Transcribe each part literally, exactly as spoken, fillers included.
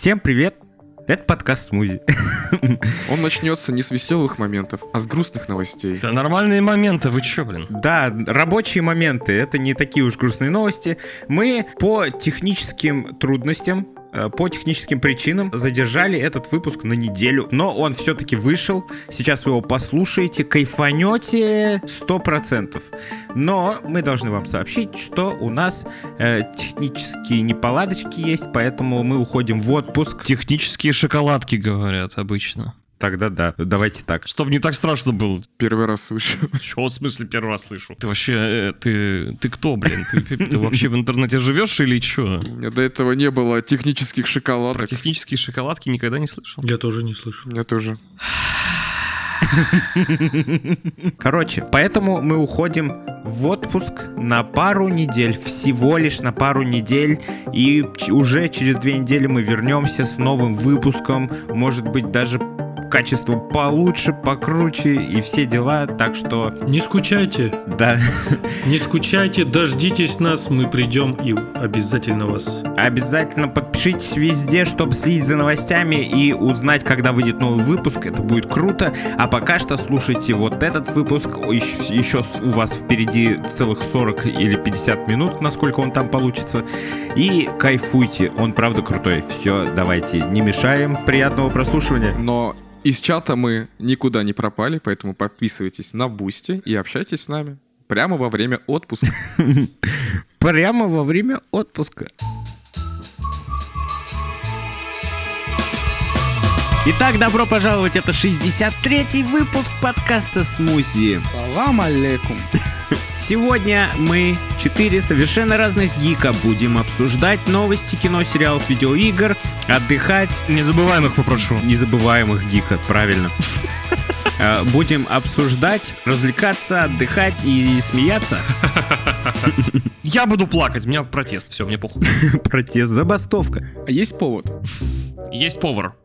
Всем привет! Это подкаст «Смузи». Он начнется не с веселых моментов, а с грустных новостей. Да нормальные моменты, вы чё, блин? Да, рабочие моменты, это не такие уж грустные новости. Мы по техническим трудностям, по техническим причинам задержали этот выпуск на неделю, но он все-таки вышел. Сейчас вы его послушаете, кайфанете сто процентов. Но мы должны вам сообщить, что у нас э, технические неполадочки есть, поэтому мы уходим в отпуск. Технические шоколадки, говорят обычно. Тогда да, давайте так. Чтобы не так страшно было. Первый раз слышу. Чего в смысле первый раз слышу? Ты вообще, э, ты, ты кто, блин? Ты, ты вообще в интернете живешь или что? У меня до этого не было технических шоколадок. Про технические шоколадки никогда не слышал. Я тоже не слышу. Я тоже. Короче, поэтому мы уходим в отпуск на пару недель, всего лишь на пару недель, и уже через две недели мы вернемся с новым выпуском, может быть, даже качество получше, покруче и все дела, так что... Не скучайте. Да. Не скучайте, дождитесь нас, мы придем и обязательно вас. Обязательно подпишитесь везде, чтобы следить за новостями и узнать, когда выйдет новый выпуск, это будет круто. А пока что слушайте вот этот выпуск, еще у вас впереди целых сорок или пятьдесят минут, насколько он там получится, и кайфуйте, он правда крутой. Все, давайте, не мешаем, приятного прослушивания. Но из чата мы никуда не пропали, поэтому подписывайтесь на Бусти и общайтесь с нами прямо во время отпуска. Прямо во время отпуска. Итак, добро пожаловать, это шестьдесят третий выпуск подкаста «Смузи». Салам алейкум. Сегодня мы, четыре совершенно разных гика, будем обсуждать новости кино, сериалов, видеоигр, отдыхать. Незабываемых попрошу. Незабываемых гика, правильно. Будем обсуждать, развлекаться, отдыхать и смеяться. Я буду плакать, у меня протест, все, мне похуй. Протест, забастовка. А есть повод? Есть повар.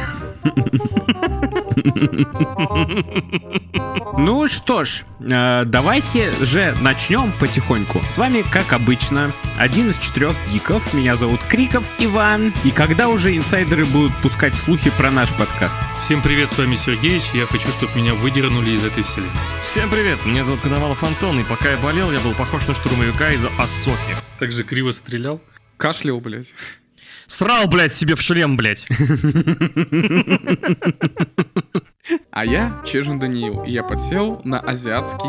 Ну что ж, э, давайте же начнем потихоньку. С вами, как обычно, один из четырех гиков. Меня зовут Криков Иван. И когда уже инсайдеры будут пускать слухи про наш подкаст? Всем привет, с вами Сергеич. Я хочу, чтобы меня выдернули из этой вселенной. Всем привет, меня зовут Коновалов Антон. И пока я болел, я был похож на штурмовика из Осоки. Так же криво стрелял. Кашлял, блядь. Срал, блядь, себе в шлем, блядь. А я Чежин Даниил, и я подсел на азиатский...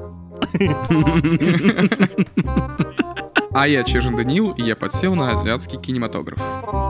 А я Чежин Даниил, и я подсел на азиатский кинематограф.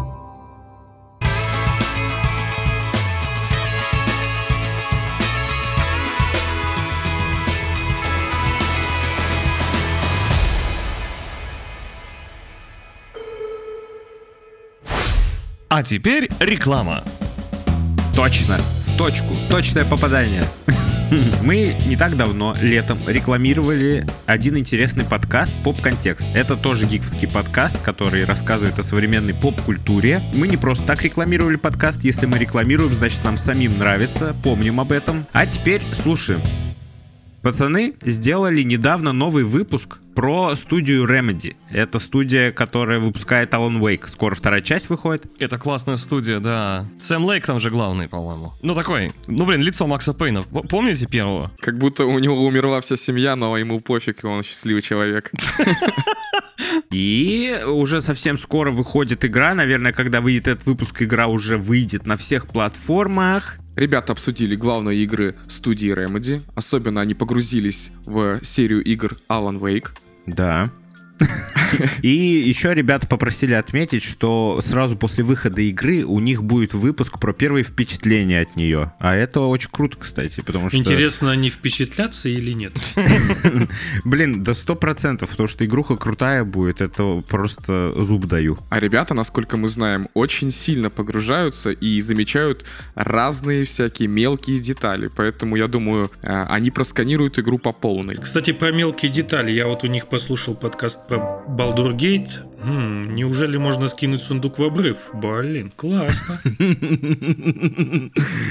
А теперь реклама. Точно, в точку, точное попадание. Мы не так давно, летом, рекламировали один интересный подкаст «Поп-контекст». Это тоже гиковский подкаст, который рассказывает о современной поп-культуре. Мы не просто так рекламировали подкаст. Если мы рекламируем, значит, нам самим нравится. Помним об этом. А теперь слушаем. Пацаны сделали недавно новый выпуск про студию Remedy. Это студия, которая выпускает Alan Wake. Скоро вторая часть выходит. Это классная студия, да. Сэм Лейк там же главный, по-моему. Ну такой, ну блин, лицо Макса Пейна. Помните первого? Как будто у него умерла вся семья, но ему пофиг, и он счастливый человек. И уже совсем скоро выходит игра. Наверное, когда выйдет этот выпуск, игра уже выйдет на всех платформах. Ребята обсудили главные игры студии Remedy. Особенно они погрузились в серию игр Alan Wake. Да. И еще ребята попросили отметить, что сразу после выхода игры у них будет выпуск про первые впечатления от нее. А это очень круто, кстати, потому что... Интересно, они впечатлятся или нет? Блин, да сто процентов, потому что игруха крутая будет, это просто зуб даю. А ребята, насколько мы знаем, очень сильно погружаются и замечают разные всякие мелкие детали. Поэтому, я думаю, они просканируют игру по полной. Кстати, про мелкие детали. Я вот у них послушал подкаст про Baldur Gate. Хм, неужели можно скинуть сундук в обрыв? Блин, классно.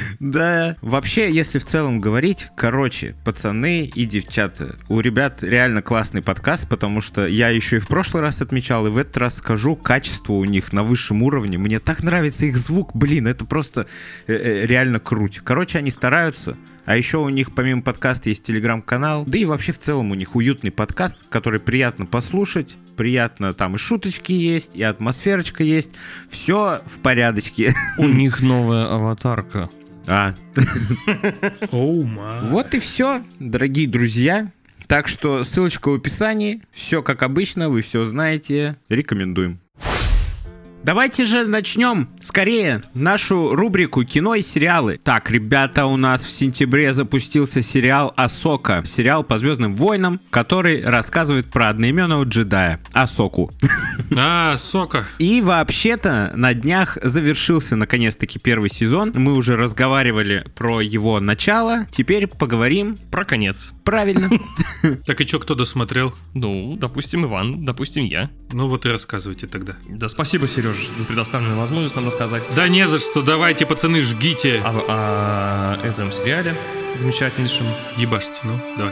Да. Вообще, если в целом говорить, короче, пацаны и девчата, у ребят реально классный подкаст, потому что я еще и в прошлый раз отмечал, и в этот раз скажу, качество у них на высшем уровне. Мне так нравится их звук, блин, это просто э, э, реально круть. Короче, они стараются. А еще у них помимо подкаста есть телеграм-канал, да и вообще в целом у них уютный подкаст, который приятно послушать, приятно, там и шуточки есть, и атмосферочка есть, все в порядочке. У них новая аватарка. А. Оу, ма. Вот и все, дорогие друзья. Так что ссылочка в описании. Все как обычно, вы все знаете. Рекомендуем. Давайте же начнем скорее нашу рубрику «Кино и сериалы». Так, ребята, у нас в сентябре запустился сериал «Асока». Сериал по Звездным войнам, который рассказывает про одноименного джедая Асоку. А, Сока. И вообще-то на днях завершился наконец-таки первый сезон. Мы уже разговаривали про его начало. Теперь поговорим Про конец. правильно. Так и чё, кто досмотрел? Ну, допустим, Иван, допустим, я. Ну вот и рассказывайте тогда. Да спасибо, Сережа, за предоставленную возможность нам рассказать Да не за что, давайте, пацаны, жгите. о, о этом сериале замечательнейшем. Ебашьте, ну, давай.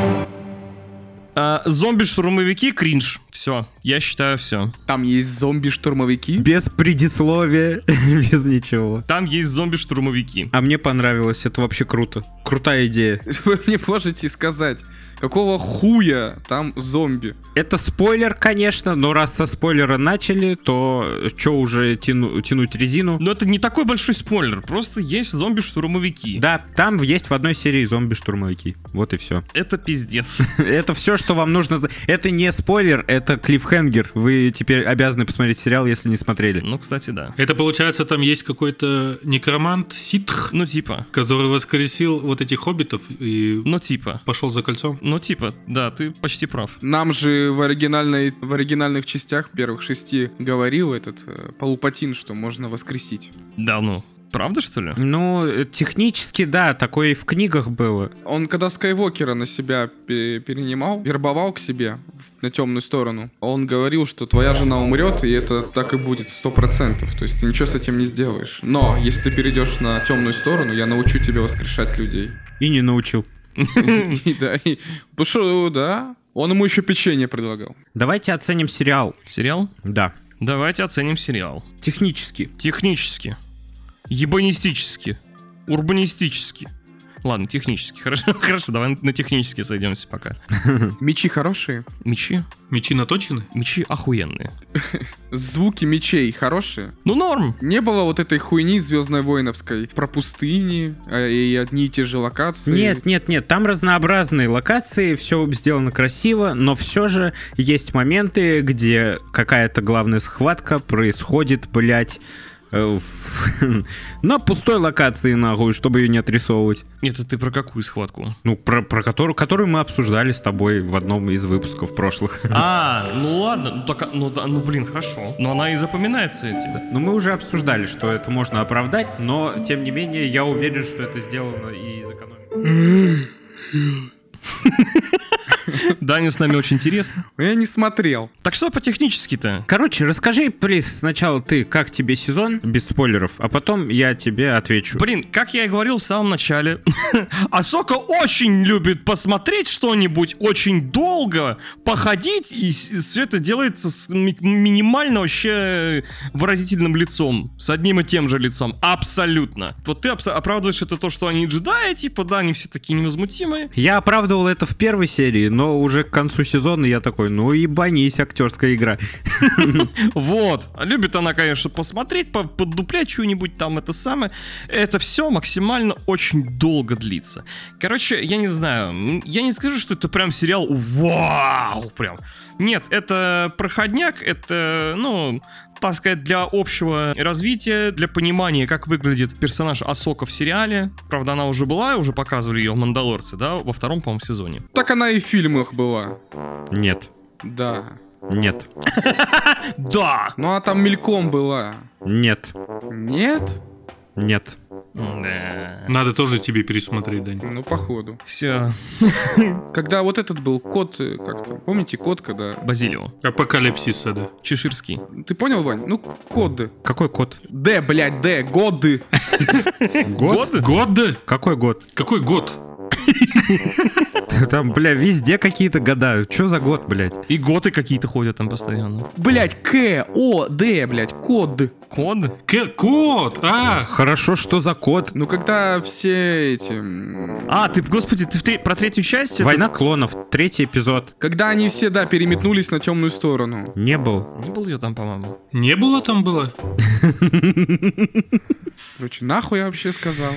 А, зомби-штурмовики кринж. Все, я считаю, все. Там есть зомби-штурмовики. Без предисловия, без ничего. Там есть зомби-штурмовики. А мне понравилось, это вообще круто. Крутая идея. Вы мне можете сказать, какого хуя там зомби? Это спойлер, конечно, но раз со спойлера начали, то что уже тяну, тянуть резину? Но это не такой большой спойлер, просто есть зомби-штурмовики. Да, там есть в одной серии зомби-штурмовики. Вот и все. Это пиздец. Это все, что вам нужно знать. Это не спойлер, это клиффхенгер. Вы теперь обязаны посмотреть сериал, если не смотрели. Ну, кстати, да. Это получается, там есть какой-то некромант Ситх, Ну, типа. который воскресил вот этих хоббитов и Ну, типа. пошел за кольцом. Ну, типа, да, ты почти прав. Нам же в, оригинальной, в оригинальных частях первых шести говорил этот э, Палпатин, что можно воскресить. Да, ну. Правда, что ли? Ну, технически, да, такое и в книгах было. Он когда Скайуокера на себя пе- перенимал, вербовал к себе в- на темную сторону, он говорил, что твоя жена умрет, и это так и будет сто процентов. То есть ты ничего с этим не сделаешь. Но если ты перейдешь на темную сторону, я научу тебя воскрешать людей. И не научил. И да, и- потому что, да, он ему еще печенье предлагал. Давайте оценим сериал. Сериал? Да. Давайте оценим сериал. Технически. Технически. Ебанистически. Урбанистически. Ладно, технически. Хорошо, хорошо, давай на технически сойдемся пока. Мечи хорошие, Мечи? Мечи наточены? Мечи охуенные. звуки мечей хорошие. Ну, норм. Не было вот этой хуйни звездно-воиновской про пустыни э, и одни и те же локации. Нет, нет, нет, там разнообразные локации, все сделано красиво, но все же есть моменты, где какая-то главная схватка происходит, блять, на пустой локации, нахуй, чтобы ее не отрисовывать. Это ты про какую схватку? Ну, про, про которую, которую мы обсуждали с тобой в одном из выпусков прошлых. А, ну ладно, ну, так, ну, да, ну блин, хорошо. Но она и запоминается этим. Ну, мы уже обсуждали, что это можно оправдать, но, тем не менее, я уверен, что это сделано и из экономики. Даня с нами очень интересно. Я не смотрел. Так что по технически-то? Короче, расскажи, плиз, сначала ты, как тебе сезон, без спойлеров, а потом я тебе отвечу. Блин, как я и говорил в самом начале, Асока очень любит посмотреть что-нибудь очень долго, походить, и все это делается с ми- минимально вообще выразительным лицом, с одним и тем же лицом, абсолютно. Вот ты абс- оправдываешь это то, что они джедаи, типа, да, они все такие невозмутимые. Я оправдывал это в первой серии, но уже к концу сезона я такой, ну ебанись, актерская игра. Вот. Любит она, конечно, посмотреть, по- поддуплять что-нибудь там, это самое. Это все максимально очень долго длится. Короче, я не знаю, я не скажу, что это прям сериал вау, прям. Нет, это проходняк, это, ну, так сказать, для общего развития, для понимания, как выглядит персонаж Асока в сериале. Правда, она уже была, уже показывали ее в «Мандалорце», да, во втором, по-моему, сезоне. Так она и в фильмах была. Нет, Да. нет, Да! Ну а там мельком была. нет, Нет? нет. Да. Надо тоже тебе пересмотреть, Дань. Ну, походу. Все. Когда вот этот был кот, э, как там, помните кот, когда... Базилио. Апокалипсиса, да. Чеширский. Ты понял, Вань? Ну, коды. Какой код? Д, блядь, Д, годы. Год? Год? Какой год? Какой год? Там, бля, везде какие-то года. Че за год, блядь? И готы какие-то ходят там постоянно. Блять, К, О, Д, блять, код. Код? К- код! А, Хорошо, что за код? Ну, когда все эти... м, А, ты, господи, ты в тре- про третью часть? Это- Война клонов, третий эпизод. Когда они все, да, переметнулись на темную сторону. Не был. Не был ее там, по-моему. не было там было? Короче, нахуй я вообще сказал.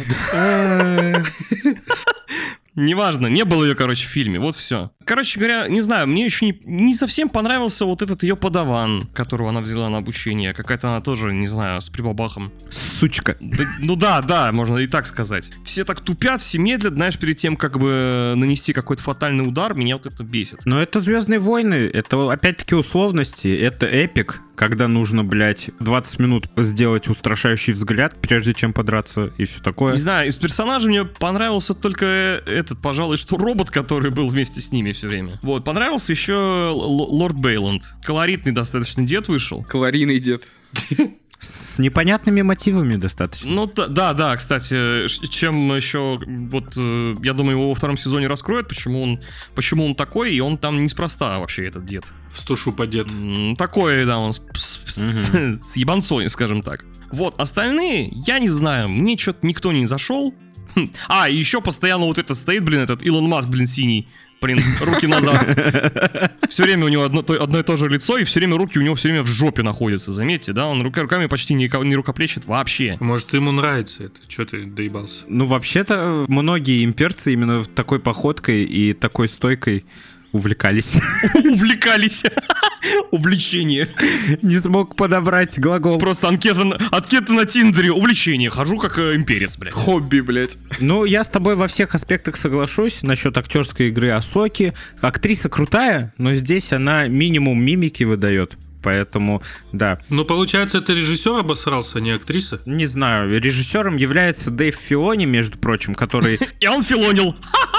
Неважно, не было ее, короче, в фильме, вот все. Короче говоря, не знаю, мне еще не, не совсем понравился вот этот ее подаван, которого она взяла на обучение. Какая-то она тоже, не знаю, с прибабахом. Сучка. Да, ну да, да, можно и так сказать. Все так тупят, все медлят, знаешь, перед тем, как бы нанести какой-то фатальный удар, меня вот это бесит. Но это «Звездные войны», это опять-таки условности, это эпик, когда нужно, блядь, двадцать минут сделать устрашающий взгляд, прежде чем подраться и все такое. Не знаю, из персонажей мне понравился только этот, пожалуй, что робот, который был вместе с ними все время. Вот, понравился еще Л- Лорд Бейланд. Колоритный достаточно дед вышел. Калорийный дед. С непонятными мотивами достаточно. Ну т- да, да, кстати, ш- чем еще, вот, э, я думаю, его во втором сезоне раскроют, почему он, почему он такой, и он там неспроста вообще, этот дед. В стушу подет. М, Такой, да, он с, с- с- с ебанцой, скажем так. Вот, остальные, я не знаю, мне что-то никто не зашел. Хм. А, и еще постоянно вот этот стоит, блин, этот Илон Маск, блин, синий. Блин, руки назад. Все время у него одно, то, одно и то же лицо, и все время руки у него все время в жопе находятся, заметьте, да? Он рука, руками почти не, не рукоплещет вообще. Может, ему нравится это? Че ты доебался? Ну, вообще-то, многие имперцы именно такой походкой и такой стойкой увлекались. Увлекались. Увлечение. Не смог подобрать глагол. Просто анкета, на- анкета на Тиндере. Увлечение. Хожу как э, имперец, блядь. Хобби, блять. Ну, я с тобой во всех аспектах соглашусь насчет актерской игры Асоки. Актриса крутая, но здесь она минимум мимики выдает. Поэтому, да. Ну, получается, это режиссер обосрался, а не актриса? Не знаю, режиссером является Дэйв Филони, между прочим, который... И он филонил.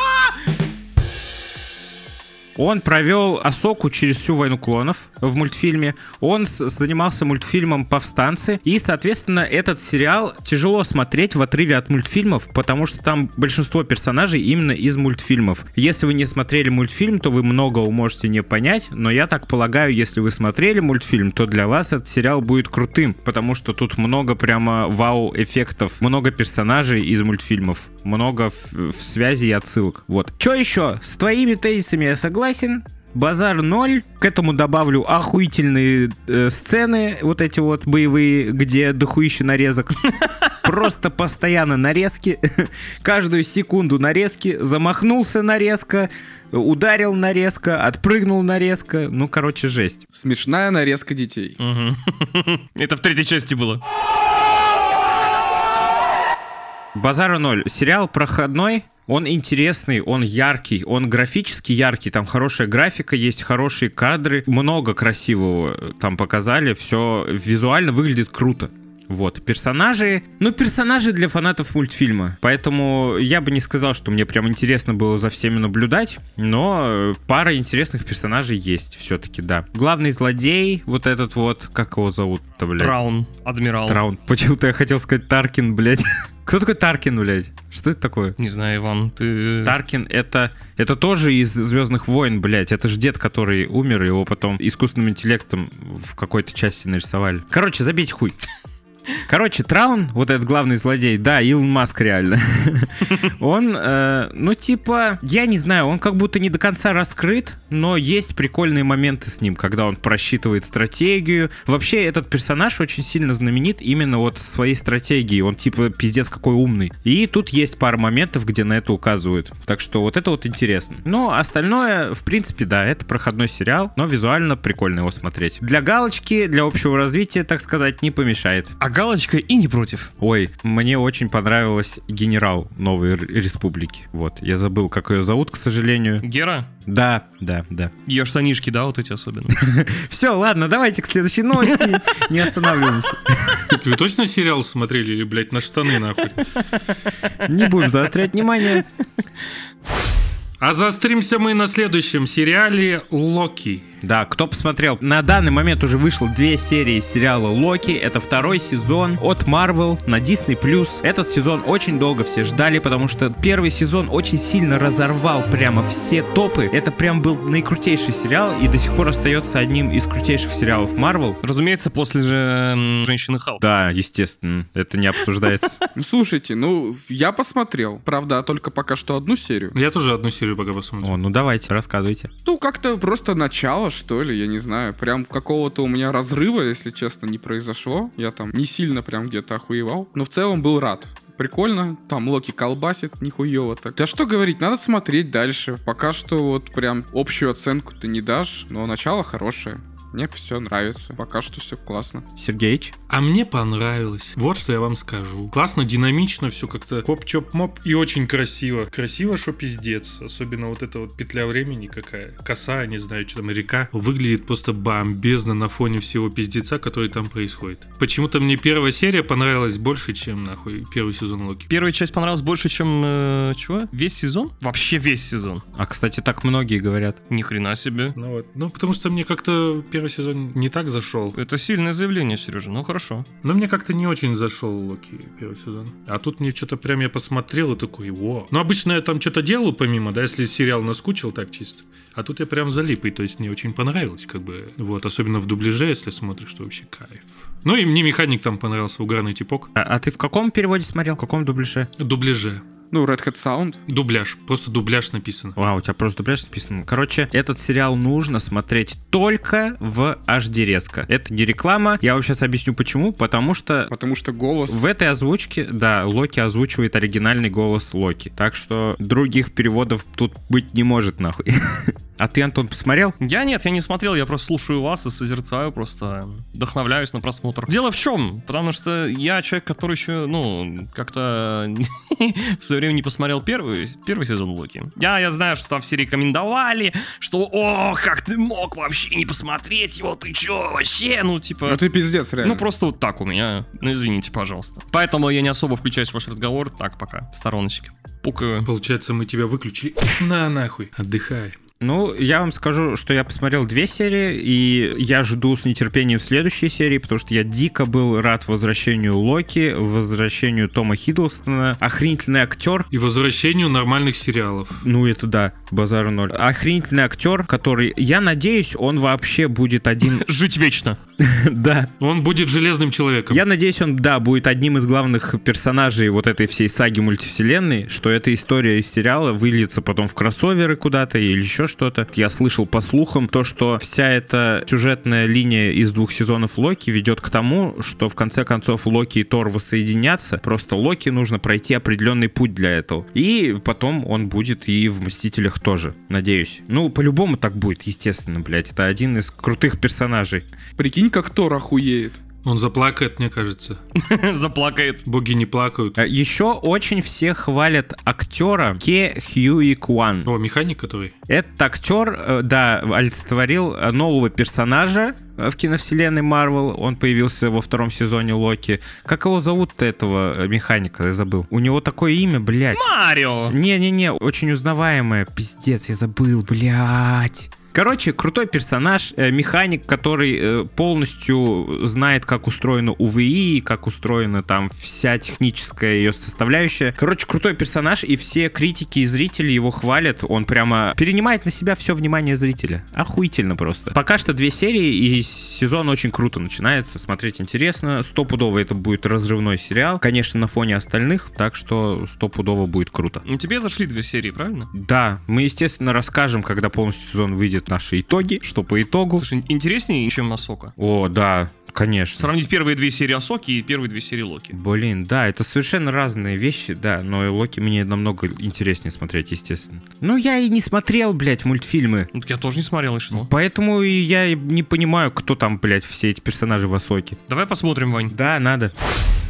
Он провел Асоку через всю «Войну клонов» в мультфильме. Он с- занимался мультфильмом «Повстанцы». И, соответственно, этот сериал тяжело смотреть в отрыве от мультфильмов, потому что там большинство персонажей именно из мультфильмов. Если вы не смотрели мультфильм, то вы многого можете не понять, но я так полагаю, если вы смотрели мультфильм, то для вас этот сериал будет крутым, потому что тут много прямо вау-эффектов, много персонажей из мультфильмов, много в, в связи и отсылок. Вот. Что еще? С твоими тезисами я согласен. Базар ноль. К этому добавлю охуительные э, сцены, вот эти вот боевые, где дохуище нарезок. Просто постоянно нарезки. Каждую секунду нарезки. Замахнулся нарезка, ударил нарезка, отпрыгнул нарезка. Ну, короче, жесть. Смешная нарезка детей. Мгм. Это в третьей части было. Базара ноль. Сериал проходной. Он интересный, он яркий, он графически яркий, там хорошая графика есть, хорошие кадры, много красивого там показали, все визуально выглядит круто. Вот, персонажи, ну, персонажи для фанатов мультфильма, поэтому я бы не сказал, что мне прям интересно было за всеми наблюдать, но пара интересных персонажей есть все-таки, да. Главный злодей, вот этот вот, как его зовут-то, блядь? Траун, адмирал. Траун. Почему-то я хотел сказать Таркин, блядь. Кто такой Таркин, блядь? Что это такое? Не знаю, Иван, ты... Таркин это, это тоже из «Звездных войн», блядь. Это же дед, который умер, его потом искусственным интеллектом в какой-то части нарисовали. Короче, забейте хуй. Короче, Траун, вот этот главный злодей, да, Илон Маск реально. Он, э, ну типа, я не знаю, он как будто не до конца раскрыт, но есть прикольные моменты с ним, когда он просчитывает стратегию. Вообще, этот персонаж очень сильно знаменит именно вот своей стратегией. Он типа пиздец какой умный. И тут есть пара моментов, где на это указывают. Так что вот это вот интересно. Но остальное, в принципе, да, это проходной сериал, но визуально прикольно его смотреть. Для галочки, для общего развития, так сказать, не помешает. А галочка и не против. Ой, мне очень понравилась генерал Новой Р- Республики. Вот, я забыл, как ее зовут, к сожалению. Гера? Да, да, да. Ее штанишки, да, вот эти особенно. Все, ладно, давайте к следующей новости. Не останавливаемся. Вы точно сериал смотрели или, блядь, на штаны нахуй? Не будем заострять внимание. А заостримся мы на следующем сериале «Локи». Да, кто посмотрел, на данный момент уже вышло две серии сериала Локи. Это второй сезон от Marvel на Disney+. Этот сезон очень долго все ждали, потому что первый сезон очень сильно разорвал прямо все топы. Это прям был наикрутейший сериал и до сих пор остается одним из крутейших сериалов Marvel. Разумеется, после же м, «Женщины Халк». Да, естественно, это не обсуждается. Ну, слушайте, ну, я посмотрел. Правда, только пока что одну серию. Я тоже одну серию пока посмотрел. О, ну давайте, рассказывайте. Ну, как-то просто начало, что ли, я не знаю. Прям какого-то у меня разрыва, если честно, не произошло. Я там не сильно прям где-то охуевал. Но в целом был рад. Прикольно, там Локи колбасит, нихуево так. Да что говорить, надо смотреть дальше. Пока что вот прям общую оценку ты не дашь, но начало хорошее. Мне все нравится. Пока что все классно. Сергеич? А мне понравилось. Вот что я вам скажу. Классно, динамично, все как-то хоп-чоп-моп и очень красиво. Красиво, что пиздец. Особенно вот эта вот петля времени какая. Коса, не знаю, что там, река. Выглядит просто бомбезно на фоне всего пиздеца, который там происходит. Почему-то мне первая серия понравилась больше, чем, нахуй, первый сезон Локи. Первая часть понравилась больше, чем... Э, чего? Весь сезон? Вообще весь сезон. А, кстати, так многие говорят. Ни хрена себе. Ну вот. Ну, потому что мне как-то первый сезон не так зашел. Это сильное заявление, Сережа. Ну, хорошо. Но мне как-то не очень зашел Локи первый сезон. А тут мне что-то прям я посмотрел и такой, во. Ну, обычно я там что-то делаю помимо, да, если сериал наскучил так чисто. А тут я прям залип, и то есть мне очень понравилось, как бы, вот, особенно в дубляже, если смотришь, то вообще кайф. Ну и мне механик там понравился, угарный типок. А, а ты в каком переводе смотрел? В каком дубляже? Дубляже. Ну, Red Hat Sound. Дубляж, просто дубляж написано. Вау, у тебя просто дубляж написано. Короче, этот сериал нужно смотреть только в эйч ди резко. Это не реклама. Я вам сейчас объясню почему. Потому что Потому что голос... в этой озвучке, да, Локи озвучивает оригинальный голос Локи. Так что других переводов тут быть не может, нахуй. А ты, Антон, посмотрел? Я нет, я не смотрел, я просто слушаю вас и созерцаю, просто вдохновляюсь на просмотр. Дело в чем? Потому что я человек, который еще, ну, как-то в свое время не посмотрел первый, первый сезон Локи. Я, я знаю, что там все рекомендовали, что о, как ты мог вообще не посмотреть его, ты че вообще, ну, типа... Ну ты пиздец, реально. Ну, просто вот так у меня, ну, извините, пожалуйста. Поэтому я не особо включаюсь в ваш разговор, так, пока, в стороночке. Пукаю. Получается, мы тебя выключили. На нахуй, отдыхай. Ну, я вам скажу, что я посмотрел две серии, и я жду с нетерпением следующей серии, потому что я дико был рад возвращению Локи, возвращению Тома Хиддлстона. Охренительный актер. И возвращению нормальных сериалов. Ну, это да, базару ноль. Охренительный актер, который, я надеюсь, он вообще будет один... Жить вечно. Да. Он будет железным человеком. Я надеюсь, он, да, будет одним из главных персонажей вот этой всей саги мультивселенной, что эта история из сериала выльется потом в кроссоверы куда-то или еще что-то. Я слышал по слухам то, что вся эта сюжетная линия из двух сезонов Локи ведет к тому, что в конце концов Локи и Тор воссоединятся. Просто Локи нужно пройти определенный путь для этого. И потом он будет и в Мстителях тоже, надеюсь. Ну, по-любому так будет, естественно, блядь. Это один из крутых персонажей. Прикинь, как Тор охуеет. Он заплакает, мне кажется. Заплакает. Боги не плакают. Еще очень все хвалят актера Ке Хьюи Кван. О, механик который? Этот актер, да, олицетворил нового персонажа в киновселенной Marvel. Он появился во втором сезоне Локи. Как его зовут-то, этого механика? Я забыл. У него такое имя, блядь. Марио! Не-не-не, очень узнаваемое. Пиздец, я забыл, блядь. Короче, крутой персонаж, э, механик, который э, полностью знает, как устроена УВИ, как устроена там вся техническая ее составляющая. Короче, крутой персонаж, и все критики и зрители его хвалят. Он прямо перенимает на себя все внимание зрителя. Охуительно просто. Пока что две серии, и сезон очень круто начинается. Смотреть интересно. Стопудово это будет разрывной сериал. Конечно, на фоне остальных, так что стопудово будет круто. Ну, тебе зашли две серии, правильно? Да, мы, естественно, расскажем, когда полностью сезон выйдет, наши итоги, что по итогу. Слушай, интереснее, чем Асока. О, да, конечно. Сравнить первые две серии Асоки и первые две серии Локи. Блин, да, это совершенно разные вещи, да, но Локи мне намного интереснее смотреть, естественно. Ну, я и не смотрел, блядь, мультфильмы. Ну, так я тоже не смотрел, и что? Поэтому я не понимаю, кто там, блядь, все эти персонажи в Асоке. Давай посмотрим, Вань. Да, надо.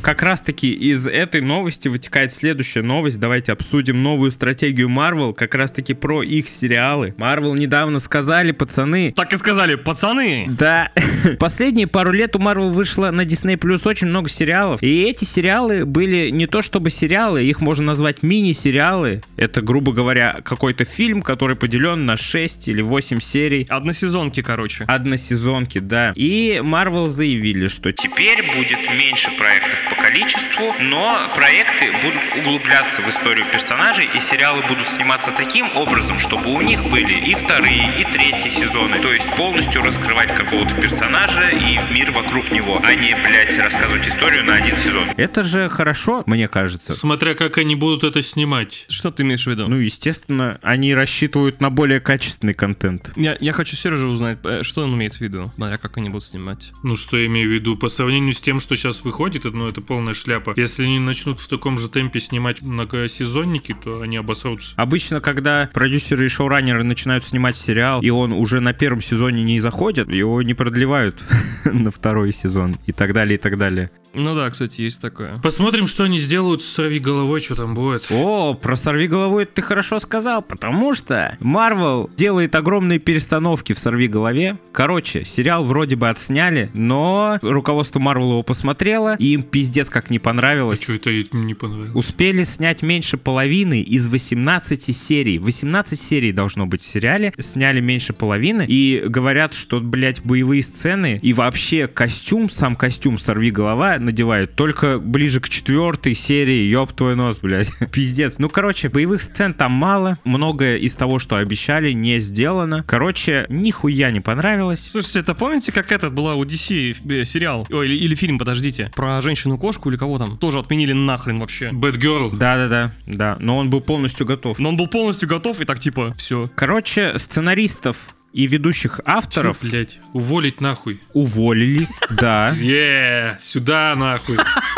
как раз-таки из этой новости вытекает следующая новость. Давайте обсудим новую стратегию Marvel, как раз-таки про их сериалы. Marvel недавно сказали, пацаны... Так и сказали, пацаны! Да. Последние пару лет у Marvel вышло на Disney Plus очень много сериалов. И эти сериалы были не то чтобы сериалы, их можно назвать мини-сериалы. Это, грубо говоря, какой-то фильм, который поделен на шесть или восемь серий. Односезонки, короче. Односезонки, да. И Marvel заявили, что теперь будет меньше проектов по количеству, но проекты будут углубляться в историю персонажей, и сериалы будут сниматься таким образом, чтобы у них были и вторые, и третьи сезоны. То есть полностью раскрывать какого-то персонажа и мир вокруг него, а не, блядь, рассказывать историю на один сезон. Это же хорошо, мне кажется. Смотря как они будут это снимать. Что ты имеешь в виду? Ну, естественно, они рассчитывают на более качественный контент. Я, я хочу Сережа узнать, что он имеет в виду, смотря как они будут снимать. Ну, что я имею в виду? По сравнению с тем, что сейчас выходит, ну, это полная шляпа. Если они начнут в таком же темпе снимать многосезонники, то они обосрутся. Обычно, когда продюсеры и шоураннеры начинают снимать сериал, и он уже на первом сезоне не заходит, его не продлевают на второй сезон и так далее, и так далее. Ну да, кстати, есть такое. Посмотрим, что они сделают с «Сорвиголовой», что там будет. О, про «Сорвиголову» ты хорошо сказал, потому что Marvel делает огромные перестановки в «Сорвиголове». Короче, сериал вроде бы отсняли, но руководство Marvel его посмотрело, и им пиздец как не понравилось. А что это не понравилось? Успели снять меньше половины из восемнадцати серий. восемнадцать серий должно быть в сериале, сняли меньше половины, и говорят, что, блядь, боевые сцены и вообще костюм, сам костюм «Сорвиголова» надевают только ближе к четвертой серии, ёб твой нос, блядь. Пиздец. Ну, короче, боевых сцен там мало, многое из того, что обещали, не сделано. Короче, нихуя не понравилось. Слушайте, это помните, как этот была у ди си сериал? Ой, или, или фильм, подождите. Про женщину-кошку или кого там? Тоже отменили нахрен вообще. Бэтгерл. Да-да-да, да. Но он был полностью готов. Но он был полностью готов, и так типа, все. Короче, сценаристов и ведущих авторов, Чё, блядь, уволить нахуй. Уволили, да. Е, сюда нахуй.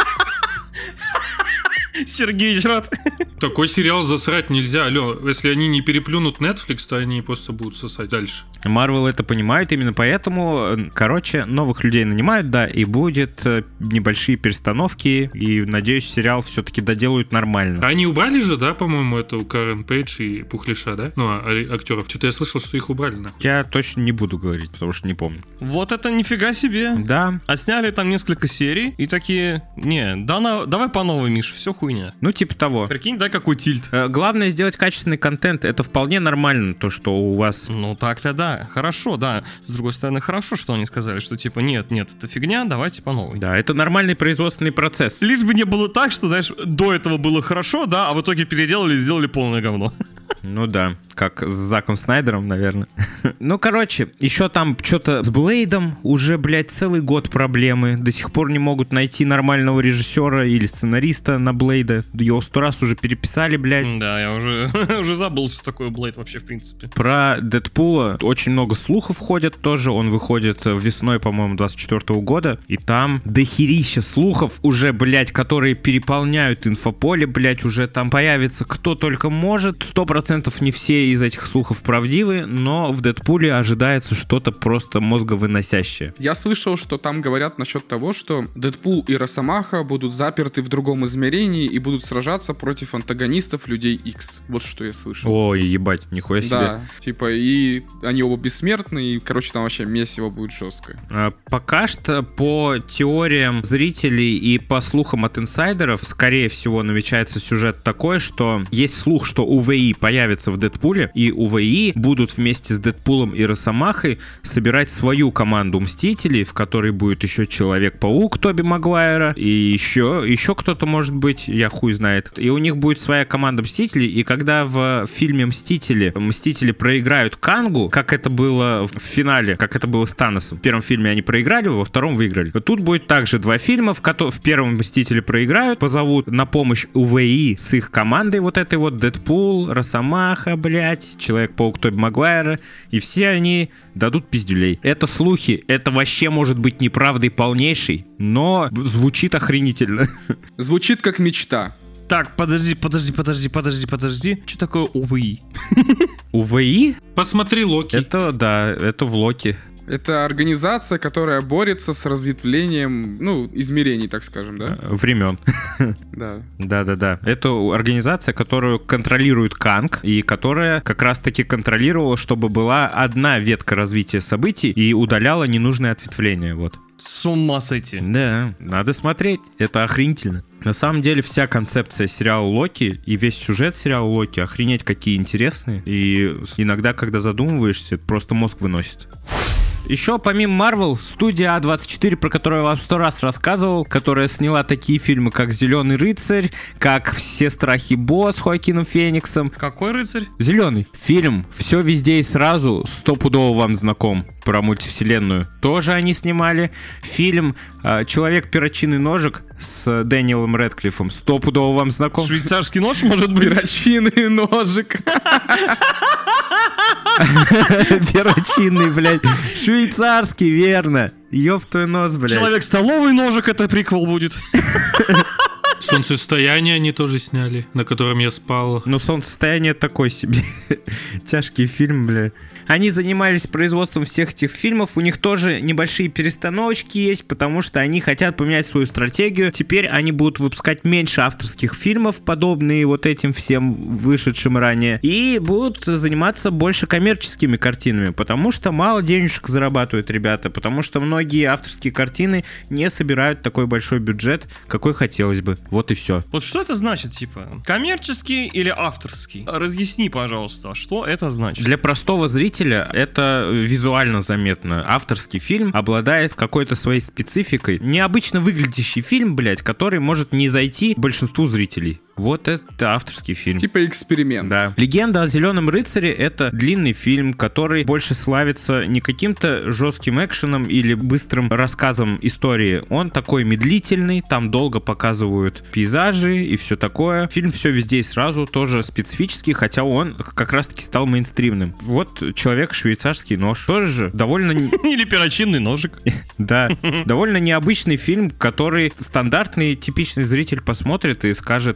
Сергеич, рад. Такой сериал засрать нельзя. Алло, если они не переплюнут Netflix, то они просто будут сосать дальше. Marvel это понимают, именно поэтому, короче, новых людей нанимают, да, и будет небольшие перестановки, и, надеюсь, сериал все-таки доделают нормально. А они убрали же, да, по-моему, это у Карен Пейдж и Пухлиша, да? Ну, а актеров. Что-то я слышал, что их убрали, нахуй. Я точно не буду говорить, потому что не помню. Вот это нифига себе. Да. А сняли там несколько серий, и такие, не, да на, давай по новой, Миш, все хуйня. Ну, типа того. Прикинь, да, какой тильт. Главное сделать качественный контент, это вполне нормально, то, что у вас... Ну, так-то да. Хорошо, да. С другой стороны, хорошо, что они сказали, что типа нет, нет, это фигня, давайте по новой. Да, это нормальный производственный процесс. Лишь бы не было так, что, знаешь, до этого было хорошо, да, а в итоге переделали и сделали полное говно. Ну да, как с Заком Снайдером, наверное. Ну, короче, еще там что-то с Блейдом уже, блядь, целый год проблемы. До сих пор не могут найти нормального режиссера или сценариста на Блейда. Его сто раз уже переписали, блядь. Да, я уже, уже забыл, что такое Блейд вообще, в принципе. Про Дэдпула очень много слухов ходят тоже. Он выходит весной, по-моему, двадцать четвёртого года. И там дохерища слухов уже, блядь, которые переполняют инфополе, блядь, уже там появится кто только может. Сто процентов не все из этих слухов правдивы, но в Дэдпуле ожидается что-то просто мозговыносящее. Я слышал, что там говорят насчет того, что Дэдпул и Росомаха будут заперты в другом измерении и будут сражаться против антагонистов Людей Икс. Вот что я слышал. Ой, ебать, нихуя себе. Да, типа, и они оба бессмертны, и, короче, там вообще месиво будет жесткое. А, пока что по теориям зрителей и по слухам от инсайдеров, скорее всего, намечается сюжет такой, что есть слух, что УВИ появится в Дэдпуле, и УВИ будут вместе с Дэдпулом и Росомахой собирать свою команду Мстителей, в которой будет еще Человек-паук Тоби Магуайра, и еще, еще кто-то может быть, я хуй знает. И у них будет своя команда Мстителей, и когда в фильме Мстители Мстители проиграют Кангу, как это было в финале, как это было с Таносом. В первом фильме они проиграли, во втором выиграли. Тут будет также два фильма, в, ко- в первом Мстители проиграют, позовут на помощь УВИ с их командой вот этой вот Дэдпул, Росомаха, блять, Человек-паук Тоби Магуайра, и все они дадут пиздюлей. Это слухи, это вообще может быть неправдой полнейшей, но звучит охренительно. Звучит как мечта. Так, подожди, подожди, подожди, подожди, подожди. Что такое УВИ? УВИ? Посмотри Локи. Это, да, это в Локи. Это организация, которая борется с разветвлением, ну, измерений, так скажем, да? Времен. Да. Да-да-да. Это организация, которую контролирует Канг, и которая как раз-таки контролировала, чтобы была одна ветка развития событий и удаляла ненужные ответвления, вот. С ума сойти. Да, надо смотреть, это охренительно. На самом деле вся концепция сериала Локи и весь сюжет сериала Локи охренеть какие интересные, и иногда, когда задумываешься, просто мозг выносит. Еще помимо Marvel, студия а двадцать четыре, про которую я вам сто раз рассказывал, которая сняла такие фильмы, как «Зеленый рыцарь», как «Все страхи Бо» с Хоакином Фениксом. Какой рыцарь? «Зеленый». Фильм «Все везде и сразу» стопудово вам знаком, про мультивселенную. Тоже они снимали. Фильм «Человек-перочинный ножик» с Дэниелом Рэдклиффом стопудово вам знаком. Швейцарский нож, может быть? Перочинный ножик. Перочинный, блядь. Швейцарский, верно. Ёб твой нос, блядь. Человек-столовый ножик, это приквел будет. «Солнцестояние» они тоже сняли, на котором я спал. Ну, «Солнцестояние» такой себе. Тяжкий фильм, бля. Они занимались производством всех этих фильмов. У них тоже небольшие перестановочки есть, потому что они хотят поменять свою стратегию. Теперь они будут выпускать меньше авторских фильмов, подобные вот этим всем вышедшим ранее, и будут заниматься больше коммерческими картинами, потому что мало денежек зарабатывают ребята, потому что многие авторские картины не собирают такой большой бюджет, какой хотелось бы. Вот и все. Вот что это значит, типа, коммерческий или авторский? Разъясни, пожалуйста, что это значит? Для простого зрителя это визуально заметно. Авторский фильм обладает какой-то своей спецификой. Необычно выглядящий фильм, блядь, который может не зайти большинству зрителей. Вот это авторский фильм. Типа эксперимент. Да. «Легенда о Зеленом рыцаре» — это длинный фильм, который больше славится не каким-то жестким экшеном или быстрым рассказом истории. Он такой медлительный, там долго показывают пейзажи и все такое. Фильм «Все везде и сразу» тоже специфический, хотя он как раз-таки стал мейнстримным. Вот «Человек-швейцарский нож». Тоже же довольно... Или «Перочинный ножик». Да. Довольно необычный фильм, который стандартный, типичный зритель посмотрит и скажет: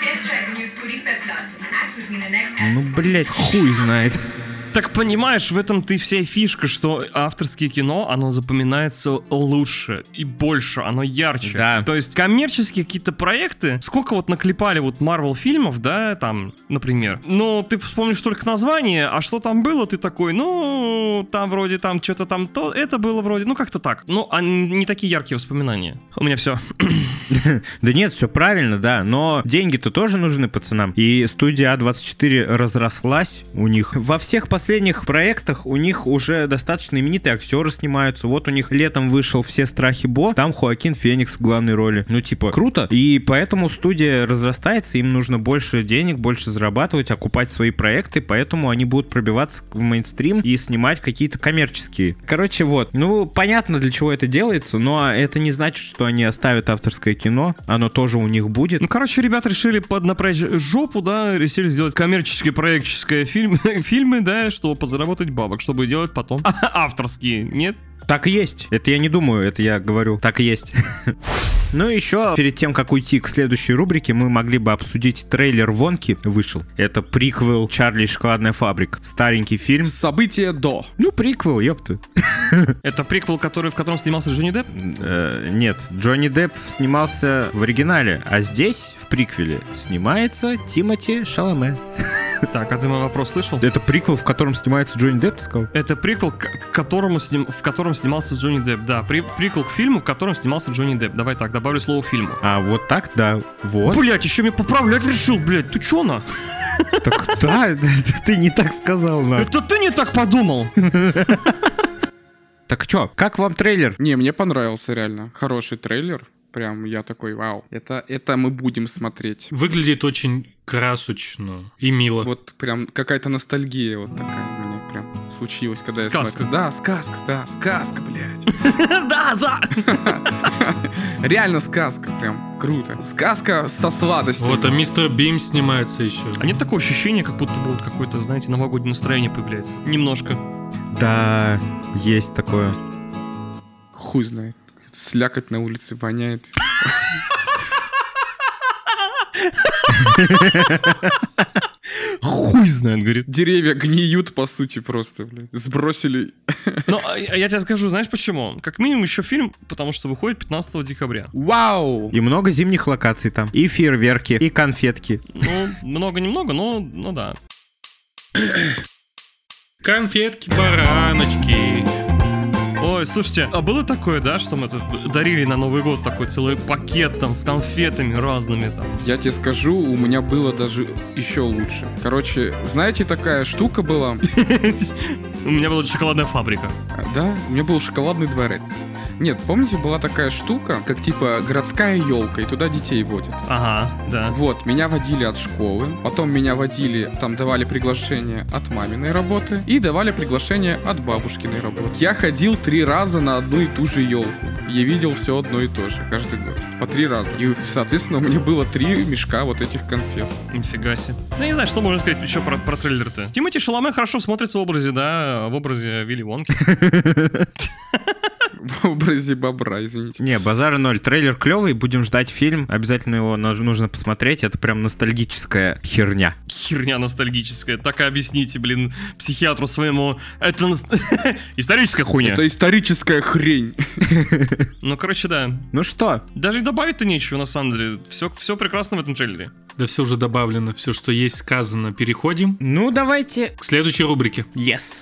ну, блять, хуй знает. Так понимаешь, в этом-то и вся фишка, что авторское кино, оно запоминается лучше и больше, оно ярче. Да. То есть коммерческие какие-то проекты, сколько вот наклепали вот Marvel фильмов, да, там, например. Ну, ты вспомнишь только название, а что там было, ты такой, ну, там вроде там что-то там, то, это было вроде, ну, как-то так. Ну, а не такие яркие воспоминания. У меня все. Да нет, все правильно, да, но деньги-то тоже нужны пацанам. И студия а двадцать четыре разрослась у них. Во всех последних проектах у них уже достаточно именитые актеры снимаются. Вот у них летом вышел «Все страхи Бо», там Хоакин Феникс в главной роли. Ну, типа, круто. И поэтому студия разрастается, им нужно больше денег, больше зарабатывать, окупать свои проекты, поэтому они будут пробиваться в мейнстрим и снимать какие-то коммерческие. Короче, вот. Ну, понятно, для чего это делается, но это не значит, что они оставят авторское кино. Оно тоже у них будет. Ну, короче, ребята решили поднапрячь жопу, да, решили сделать коммерческий, проектческое фильм, фильмы, да, чтобы подзаработать бабок, чтобы делать потом авторские, нет? Так и есть. Это я не думаю, это я говорю. Так и есть. Ну и еще, перед тем, как уйти к следующей рубрике, мы могли бы обсудить трейлер «Вонки» вышел. Это приквел «Чарли и шоколадная фабрика». Старенький фильм. События до. Ну, приквел, ёпта. Это приквел, который, в котором снимался Джонни Депп? Э, нет, Джонни Депп снимался в оригинале, а здесь, в приквеле, снимается Тимоти Шаламе. Так, а ты мой вопрос слышал? Это приквел, в котором снимается Джонни Депп, ты сказал? Это приквел, к которому сним... в котором снимался Джонни Депп. Да, при... приквел к фильму, в котором снимался Джонни Депп. Давай так, добавлю слово фильму. А, вот так, да. Вот. Блять, еще меня поправлять решил, блять. Ты чё на? Так да, ты не так сказал, на. Это ты не так подумал. Так чё, как вам трейлер? Не, мне понравился реально. Хороший трейлер. Прям я такой, вау, это, это мы будем смотреть. Выглядит очень красочно и мило. Вот прям какая-то ностальгия вот такая у меня прям случилась, когда я Сказка. смотрю. Да, сказка, да, сказка, блядь. Да, да. Реально сказка, прям круто. Сказка со сладостью. Вот, а мистер Бим снимается еще. А нет такого ощущения, как будто бы вот какое-то, знаете, новогоднее настроение появляется? Немножко. Да, есть такое. Хуй знает. Слякоть на улице воняет. Хуй знает, говорит. Деревья гниют, по сути, просто, блядь. Сбросили. Ну, а я тебе скажу, знаешь почему? Как минимум еще фильм, потому что выходит пятнадцатого декабря. Вау! И много зимних локаций там. И фейерверки, и конфетки. Ну, много-немного, но, ну да. Конфетки-бараночки. Ой, слушайте, а было такое, да, что мы тут дарили на Новый год такой целый пакет там с конфетами разными там? Я тебе скажу, у меня было даже еще лучше. Короче, знаете, такая штука была? У меня была шоколадная фабрика. Да, у меня был шоколадный дворец. Нет, помните, была такая штука, как типа городская елка, и туда детей водят. Ага, да. Вот, меня водили от школы, потом меня водили, там давали приглашение от маминой работы и давали приглашение от бабушкиной работы. Я ходил три раза на одну и ту же елку. Я видел все одно и то же, каждый год. По три раза. И, соответственно, у меня было три мешка вот этих конфет. Нифига себе. Ну, я не знаю, что можно сказать еще про, про трейлер-то. Тимоти Шаломе хорошо смотрится в образе, да, в образе Вилли Вонки. В образе бобра, извините. Не, базара ноль. Трейлер клевый, будем ждать фильм. Обязательно его нужно посмотреть. Это прям ностальгическая херня. Херня ностальгическая. Так и объясните, блин, психиатру своему. Это ност... историческая хуйня. Это историческая хрень. Ну, короче, да. Ну что? Даже и добавить-то нечего, на самом деле. Все, все прекрасно в этом трейлере. Да все уже добавлено, все, что есть, сказано. Переходим Ну, давайте. к следующей рубрике. Yes.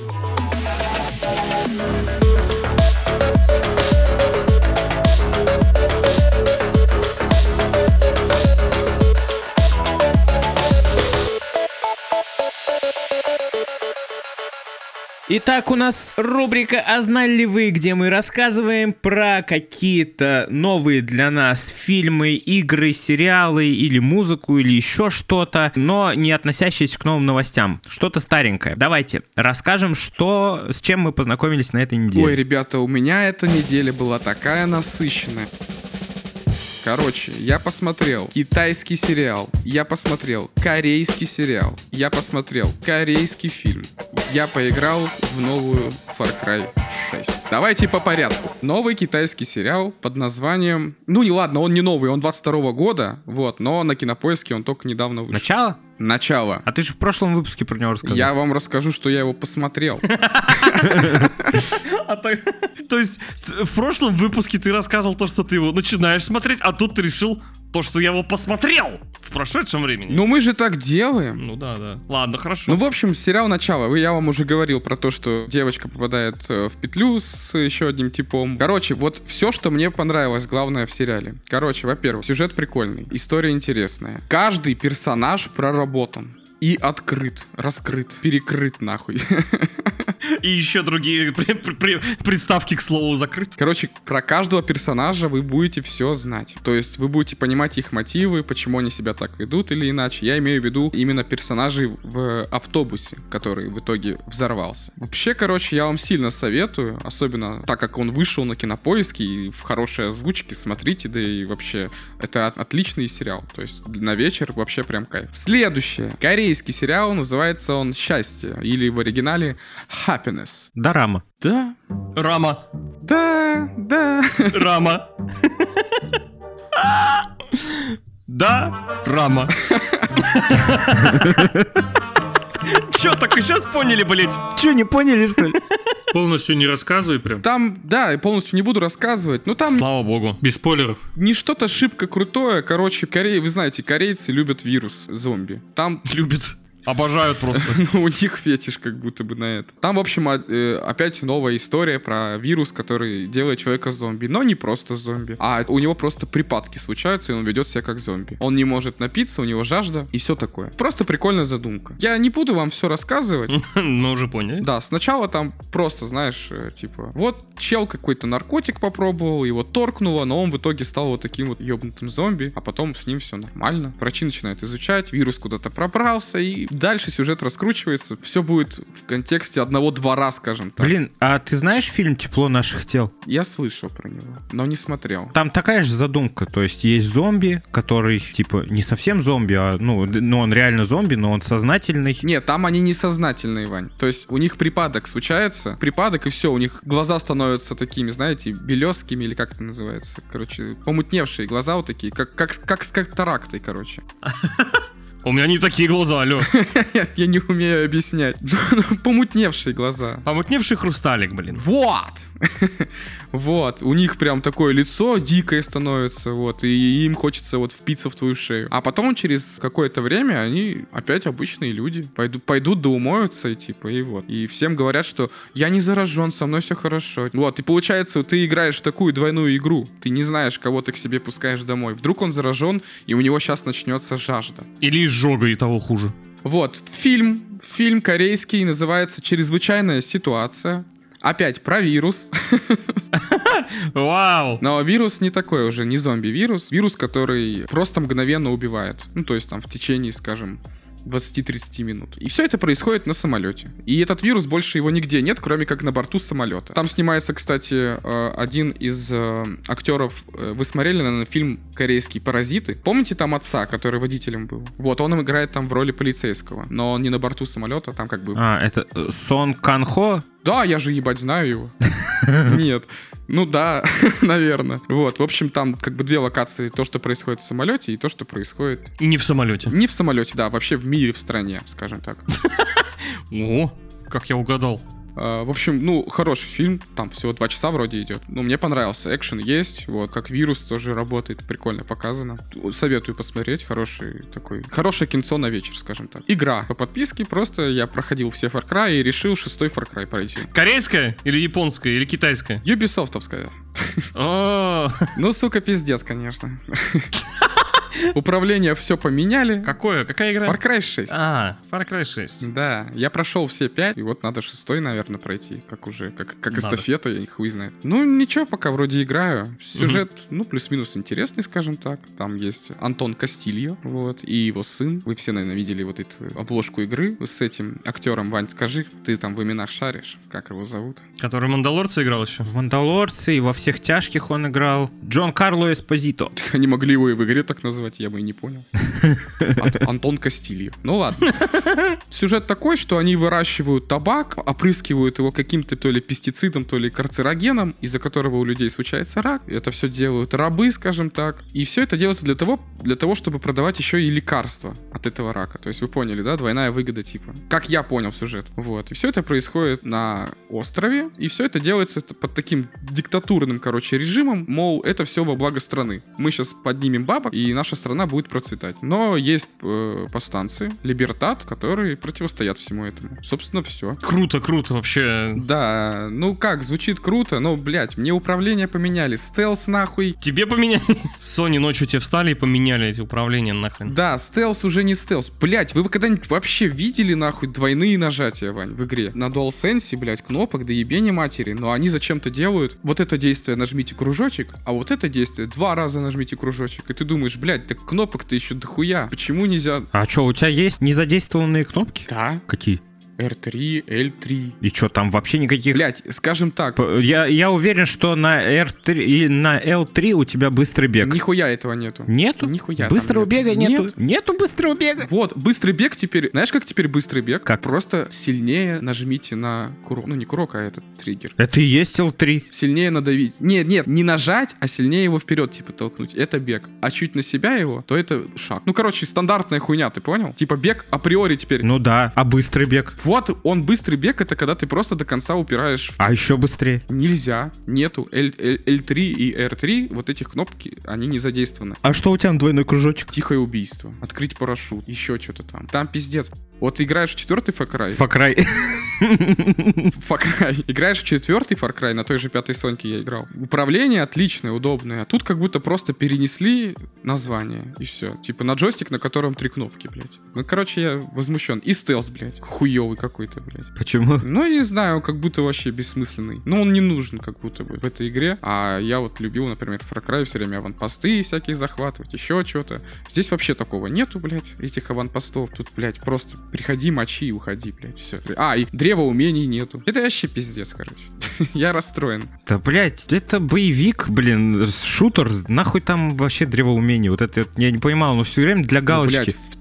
Итак, у нас рубрика «А знали ли вы?», где мы рассказываем про какие-то новые для нас фильмы, игры, сериалы или музыку, или еще что-то, но не относящиеся к новым новостям. Что-то старенькое. Давайте расскажем, что, с чем мы познакомились на этой неделе. Ой, ребята, у меня эта неделя была такая насыщенная. Короче, я посмотрел китайский сериал, я посмотрел корейский сериал, я посмотрел корейский фильм, я поиграл в новую Far Cry шесть. Давайте по порядку. Новый китайский сериал под названием... Ну, не ладно, он не новый, он двадцать второго года, вот, но на Кинопоиске он только недавно вышел. Начало? Начало. А ты же в прошлом выпуске про него рассказал. Я вам расскажу, что я его посмотрел. А так, то есть в прошлом выпуске ты рассказывал то, что ты его начинаешь смотреть, а тут ты решил то, что я его посмотрел в прошедшем времени. Ну мы же так делаем. Ну да, да. Ладно, хорошо. Ну, в общем, сериал «Начало». Я вам уже говорил про то, что девочка попадает в петлю с еще одним типом. Короче, вот все, что мне понравилось, главное в сериале. Короче, во-первых, сюжет прикольный, история интересная. Каждый персонаж проработан. И открыт, раскрыт, перекрыт нахуй. И еще другие при- при- приставки, к слову, закрыты. Короче, про каждого персонажа вы будете все знать. То есть вы будете понимать их мотивы, почему они себя так ведут или иначе. Я имею в виду именно персонажей в автобусе, который в итоге взорвался. Вообще, короче, я вам сильно советую, особенно так как он вышел на Кинопоиске и в хорошей озвучке, смотрите, да и вообще это отличный сериал. То есть на вечер вообще прям кайф. Следующее. Корейский сериал, называется он «Счастье», или в оригинале «Happiness». Дорама. Да, Рама. да, да. Рама. Да, Рама. Че, так и сейчас поняли, блять? Че, не поняли, что ли? Полностью не рассказывай прям. Там, да, я полностью не буду рассказывать, но там Слава богу. Без спойлеров. не что-то шибко крутое. Короче, Корея, вы знаете, корейцы любят вирус зомби. Там Любит. Обожают просто. ну, у них фетиш как будто бы на это. Там, в общем, а- э, опять новая история про вирус, который делает человека зомби. Но не просто зомби, а у него просто припадки случаются, и он ведет себя как зомби. Он не может напиться, у него жажда и все такое. Просто прикольная задумка. Я не буду вам все рассказывать. Мы уже поняли. Да, сначала там просто, знаешь, э, типа, вот чел какой-то наркотик попробовал, его торкнуло, но он в итоге стал вот таким вот ебнутым зомби, а потом с ним все нормально. Врачи начинают изучать, вирус куда-то пробрался, и дальше сюжет раскручивается. Все будет в контексте одного двора, скажем так. Блин, а ты знаешь фильм «Тепло наших тел»? Я слышал про него, но не смотрел. Там такая же задумка, то есть есть зомби, который, типа, не совсем зомби, а, ну, д- ну он реально зомби, но он сознательный. Нет, там они несознательные, Вань. То есть у них припадок случается, припадок, и все, у них глаза становятся такими, знаете, белескими, или как это называется. Короче, помутневшие глаза вот такие, как, как, как с катарактой, короче. У меня не такие глаза, алло. Я не умею объяснять. Помутневшие глаза. Помутневший хрусталик, блин. Вот! Вот, у них прям такое лицо дикое становится, вот, и им хочется вот впиться в твою шею. А потом через какое-то время они опять обычные люди. Пойдут, пойдут да умоются, и типа, и вот. И всем говорят, что я не заражен, со мной все хорошо. Вот, и получается, ты играешь в такую двойную игру. Ты не знаешь, кого ты к себе пускаешь домой. Вдруг он заражен, и у него сейчас начнется жажда. Или изжога, и того хуже. Вот, фильм, фильм корейский, называется «Чрезвычайная ситуация». Опять про вирус. Вау! Но вирус не такой уже, не зомби-вирус. Вирус, который просто мгновенно убивает. Ну, то есть там в течение, скажем, двадцать-тридцать минут. И все это происходит на самолете. И этот вирус, больше его нигде нет, кроме как на борту самолета. Там снимается, кстати, один из актеров. Вы смотрели, наверное, фильм корейский «Паразиты»? Помните там отца, который водителем был? Вот, он играет там в роли полицейского. Но он не на борту самолета, там как бы... А, это Сон Кан Хо? Да, я же, ебать, знаю его. Нет. Ну да, наверное. Вот, в общем, там как бы две локации. То, что происходит в самолете, и то, что происходит... Не в самолете. Не в самолете, да, вообще в мире, в стране, скажем так. О, как я угадал. В общем, ну, хороший фильм, там всего два часа вроде идет. Ну, мне понравился, экшен есть, вот, как вирус тоже работает, прикольно показано. Советую посмотреть, хороший такой, хорошее кинцо на вечер, скажем так. Игра по подписке, просто я проходил все Far Cry и решил шестой Far Cry пройти. Корейская или японская, или китайская? Ubisoft'овская. О, Ну, сука, пиздец, конечно. Управление все поменяли. какое? Какая игра? Far Cry шесть. А, Far Cry шесть. Да, я прошел все пять, и вот надо шестой, наверное, пройти, как уже, как, как эстафета, я хуй знает. Ну, ничего, пока вроде играю. Сюжет, угу. ну, плюс-минус интересный, скажем так. Там есть Антон Кастильо, вот, и его сын. Вы все, наверное, видели вот эту обложку игры с этим актером. Вань, скажи, ты там в именах шаришь, как его зовут? Который Мандалорца играл еще? В Мандалорце и во всех тяжких он играл. Джон Карло Эспозито. Они могли его и в игре так назвать, я бы и не понял. Антон Кастильо. Ну ладно. Сюжет такой, что они выращивают табак, опрыскивают его каким-то то ли пестицидом, то ли карцерогеном, из-за которого у людей случается рак. Это все делают рабы, скажем так. И все это делается для того, для того, чтобы продавать еще и лекарства от этого рака. То есть вы поняли, да? Двойная выгода типа. Как я понял сюжет. Вот. И все это происходит на острове. И все это делается под таким диктатурным, короче, режимом. Мол, это все во благо страны. Мы сейчас поднимем бабок, и наша страна будет процветать. Но есть э, повстанцы, Либертат, которые противостоят всему этому. Собственно, все. Круто, круто вообще. Да, ну как, звучит круто, но, блядь, мне управление поменяли. Стелс нахуй. Тебе поменяли? Sony ночью тебе встали и поменяли эти управления нахрен. Да, стелс уже не стелс. Блядь, вы когда-нибудь вообще видели нахуй двойные нажатия, Вань, в игре? На DualSense, блядь, кнопок, да ебени матери. Но они зачем-то делают вот это действие нажмите кружочек, а вот это действие два раза нажмите кружочек. И ты думаешь, блядь, так кнопок-то еще дохуя. Почему нельзя... А что, у тебя есть незадействованные кнопки? Да. Какие? эр три, эл три. И что, там вообще никаких... Блять, скажем так. Я, я уверен, что на эр три и на эл три у тебя быстрый бег. Нихуя этого нету. Нету? Нихуя. Быстрого бега нету? Нет. Нету быстрого бега? Вот, быстрый бег теперь... Знаешь, как теперь быстрый бег? Как? Просто сильнее нажмите на курок. Ну, не курок, а этот триггер. Это и есть эл три. Сильнее надавить. Нет, нет, не нажать, а сильнее его вперед, типа, толкнуть. Это бег. А чуть на себя его, то это шаг. Ну, короче, стандартная хуйня, ты понял? Типа бег априори теперь. Ну да, а быстрый бег? Вот, он быстрый бег — это когда ты просто до конца упираешь. А еще быстрее? Нельзя. Нету. эл три и эр три, вот этих кнопки, они не задействованы. А что у тебя на двойной кружочек? Тихое убийство. Открыть парашют. Еще что-то там. Там пиздец. Вот играешь в четвертый Far Cry. Far Cry. Far Cry. Играешь в четвертый Far Cry, на той же пятой Соньке я играл. Управление отличное, удобное. А тут как будто просто перенесли название. И все. Типа на джойстик, на котором три кнопки, блядь. Ну, короче, я возмущен. И стелс, блядь. Хуёвый какой-то, блядь. Почему? Ну, я не знаю, как будто вообще бессмысленный. Ну, он не нужен, как будто бы, в этой игре. А я вот любил, например, в Far Cry все время аванпосты всякие захватывать, еще что-то. Здесь вообще такого нету, блядь, этих аванпостов. Тут, блядь, просто приходи, мочи и уходи, блядь, все. А, и древа умений нету. Это вообще пиздец, короче. Я расстроен. Да, блядь, это боевик, блин, шутер. Нахуй там вообще древо умений. Вот это я не понимал, но все время для галочки. Ну, блядь,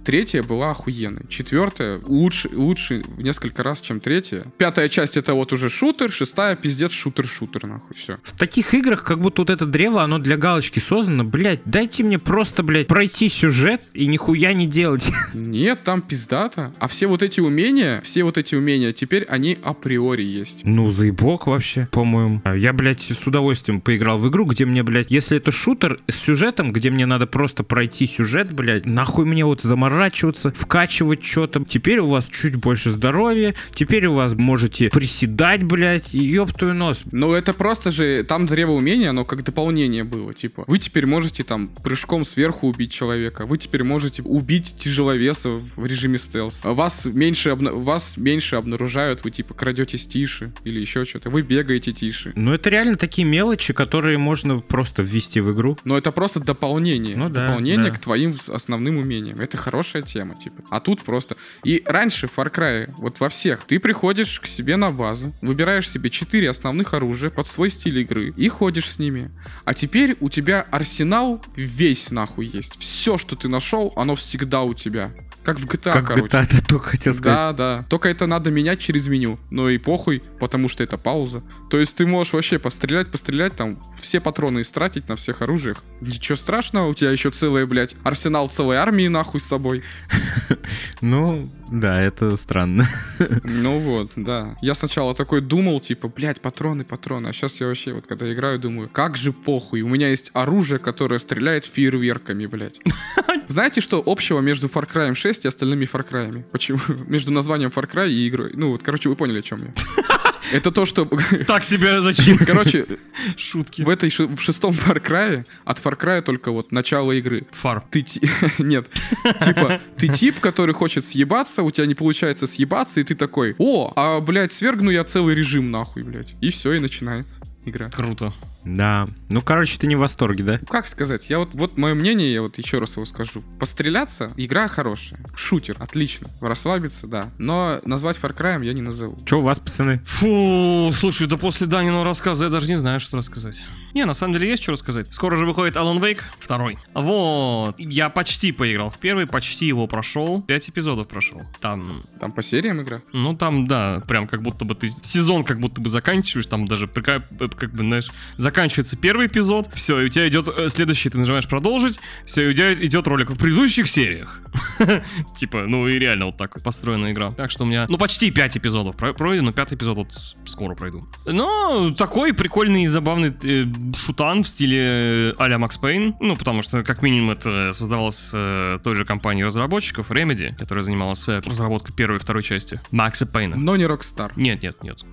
Третья была охуенной. Четвертая лучше, лучше в несколько раз, чем третья. Пятая часть — это вот уже шутер, шестая — пиздец, шутер-шутер, нахуй, все. В таких играх, как будто вот это древо, оно для галочки создано. Блять, дайте мне просто, блять, пройти сюжет и нихуя не делать. Нет, там пиздата. А все вот эти умения, все вот эти умения, теперь они априори есть. Ну, заебок вообще, по-моему. Я, блядь, с удовольствием поиграл в игру, где мне, блядь, если это шутер с сюжетом, где мне надо просто пройти сюжет, блядь, нахуй мне вот заморачиваться, вкачивать что-то. Теперь у вас чуть больше здоровья, теперь у вас можете приседать, блядь, и ёб твою нос. Ну, это просто же, там древо умения, оно как дополнение было, типа. Вы теперь можете там прыжком сверху убить человека, вы теперь можете убить тяжеловеса в режиме стелс. Вас меньше, обна... вас меньше обнаружают, вы типа крадетесь тише или еще что-то, вы бегаете тише. Ну, это реально такие мелочи, которые можно просто ввести в игру. Но это просто дополнение. Ну, да, дополнение да. к твоим основным умениям. Это хорошая тема, типа. А тут просто... И раньше в Far Cry, вот во всех, ты приходишь к себе на базу, выбираешь себе четыре основных оружия под свой стиль игры и ходишь с ними. А теперь у тебя арсенал весь нахуй есть. Все, что ты нашел, оно всегда у тебя. Как в джи ти эй, Как короче. джи ти эй, да, только хотел сказать. Да, да. Только это надо менять через меню. Но и похуй, потому что это пауза. То есть ты можешь вообще пострелять, пострелять, там, все патроны истратить на всех оружиях. Ничего страшного, у тебя еще целая, блядь, арсенал целой армии нахуй с собой. Ну, да, это странно. Ну вот, да. Я сначала такой думал, типа, блядь, патроны, патроны. А сейчас я вообще, вот когда играю, думаю, как же похуй. У меня есть оружие, которое стреляет фейерверками, блядь. Знаете, что общего между Far Cry шесть и остальными Far Cry'ами? Почему? Между названием Far Cry и игрой. Ну вот, короче, вы поняли, о чем я. Это то, что... Так себе зачем? Короче, Шутки. в этой ш- в шестом Far Cry от Far Cry только вот начало игры. Фар. Ты ти- Нет. Типа, ты тип, который хочет съебаться, у тебя не получается съебаться, и ты такой, о, а, блядь, свергну я целый режим нахуй, блядь. И все, и начинается игра. Круто. Да. Ну, короче, ты не в восторге, да? Как сказать? Я вот, вот мое мнение, я вот еще раз его скажу. Постреляться, игра хорошая. Шутер, отлично. Расслабиться, да. Но назвать Far Cry'ем я не назову. Че у вас, пацаны? Фу, слушай, да после Даниного рассказа я даже не знаю, что рассказать. Не, на самом деле есть что рассказать. Скоро же выходит Alan Wake второй. Вот. Я почти поиграл в первый, почти его прошел. Пять эпизодов прошел. Там... Там по сериям игра? Ну, там, да, прям как будто бы ты сезон как будто бы заканчиваешь, там даже, как бы, знаешь, заканчивается первый эпизод, все, и у тебя идет э, следующий, ты нажимаешь продолжить, все, и у тебя идет ролик в предыдущих сериях. Типа, ну и реально вот так построена игра. Так что у меня, ну, почти пять эпизодов пройдено, но пятый эпизод вот скоро пройду. Но такой прикольный и забавный э, шутан в стиле а-ля Max Payne, ну, потому что, как минимум, это создавалось э, той же компанией разработчиков, Remedy, которая занималась э, разработкой первой и второй части Макса Пейна. Но не Rockstar. Нет, нет, нет.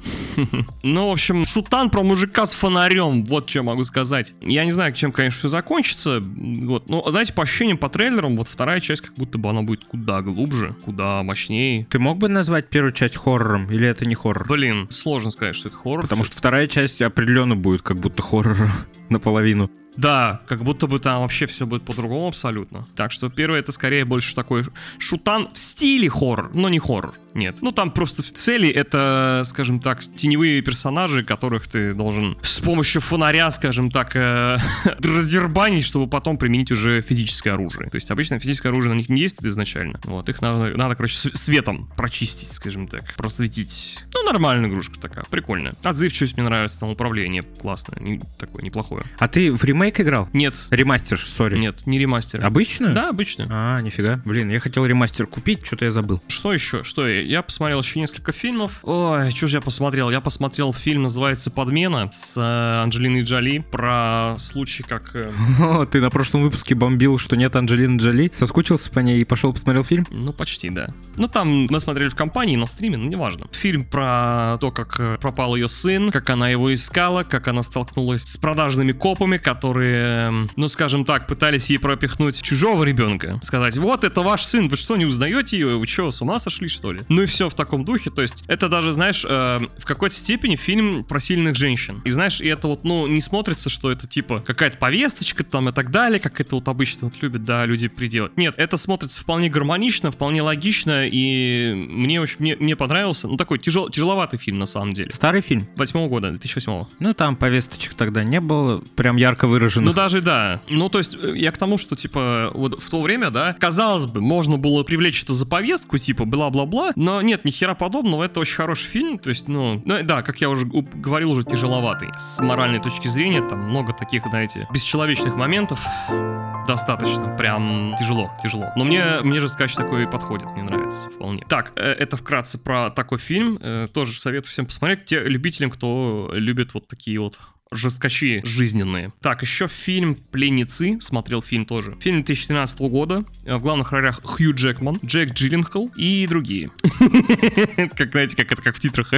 Ну, в общем, шутан про мужика с фонарем, вот что могу сказать. Я не знаю, чем, конечно, все закончится. Вот. Но, знаете, по ощущениям, по трейлерам, вот вторая часть как будто бы она будет куда глубже, куда мощнее. Ты мог бы назвать первую часть хоррором, или это не хоррор? Блин, сложно сказать, что это хоррор. Потому что вторая часть определенно будет как будто хоррор наполовину. Да, как будто бы там вообще все будет по-другому абсолютно. Так что первое это скорее больше такой шутан в стиле хоррор, но не хоррор. Нет. Ну там просто в цели это, скажем так, теневые персонажи, которых ты должен с помощью фонаря, скажем так, э, раздербанить, чтобы потом применить уже физическое оружие. То есть обычно физическое оружие на них не действует изначально. Вот, их надо, надо короче, светом прочистить, скажем так, просветить. Ну, нормальная игрушка такая, прикольная. Отзывчивость мне нравится, там управление классное, не, такое неплохое. А ты в ремейк играл? Нет. Ремастер, сори. Нет, не ремастер. Обычную? Да, обычную. А, нифига. Блин, я хотел ремастер купить, что-то я забыл. Что еще? Что я? Я посмотрел еще несколько фильмов. Ой, что же я посмотрел? Я посмотрел фильм, называется «Подмена» с э, Анджелиной Джоли про случай, как... Э... О, ты на прошлом выпуске бомбил, что нет Анджелины Джоли, соскучился по ней и пошел посмотрел фильм? Ну, почти, да. Ну, там мы смотрели в компании, на стриме, ну, неважно. Фильм про то, как пропал ее сын, как она его искала, как она столкнулась с продажными копами, которые, ну, скажем так, пытались ей пропихнуть чужого ребенка. Сказать, вот, это ваш сын, вы что, не узнаете ее? Вы что, с ума сошли, что ли? Ну и все в таком духе, то есть это даже, знаешь, э, в какой-то степени фильм про сильных женщин. И знаешь, и это вот, ну, не смотрится, что это типа какая-то повесточка там и так далее, как это вот обычно вот любят, да, люди приделать. Нет, это смотрится вполне гармонично, вполне логично, и мне очень, мне, мне понравился, ну, такой тяжел, тяжеловатый фильм на самом деле. Старый фильм? Восьмого года, две тысячи восьмого. Ну, там повесточек тогда не было, прям ярко выраженных. Ну, даже да. Ну, то есть, я к тому, что, типа, вот в то время, да, казалось бы, можно было привлечь это за повестку, типа, бла-бла-бла, но нет, ни хера подобного, это очень хороший фильм, то есть, ну, ну да, как я уже говорил, уже тяжеловатый. С моральной точки зрения, там много таких, знаете, бесчеловечных моментов. Достаточно, прям тяжело, тяжело. Но мне, мне же скач такой подходит, мне нравится вполне. Так, это вкратце про такой фильм. Тоже советую всем посмотреть, те любителям, кто любит вот такие вот жесткачи жизненные. Так, еще фильм «Пленницы». Смотрел фильм тоже. Фильм две тысячи тринадцатого года. В главных ролях Хью Джекман, Джек Джилленхол и другие. Как, знаете, как это, как в титрах.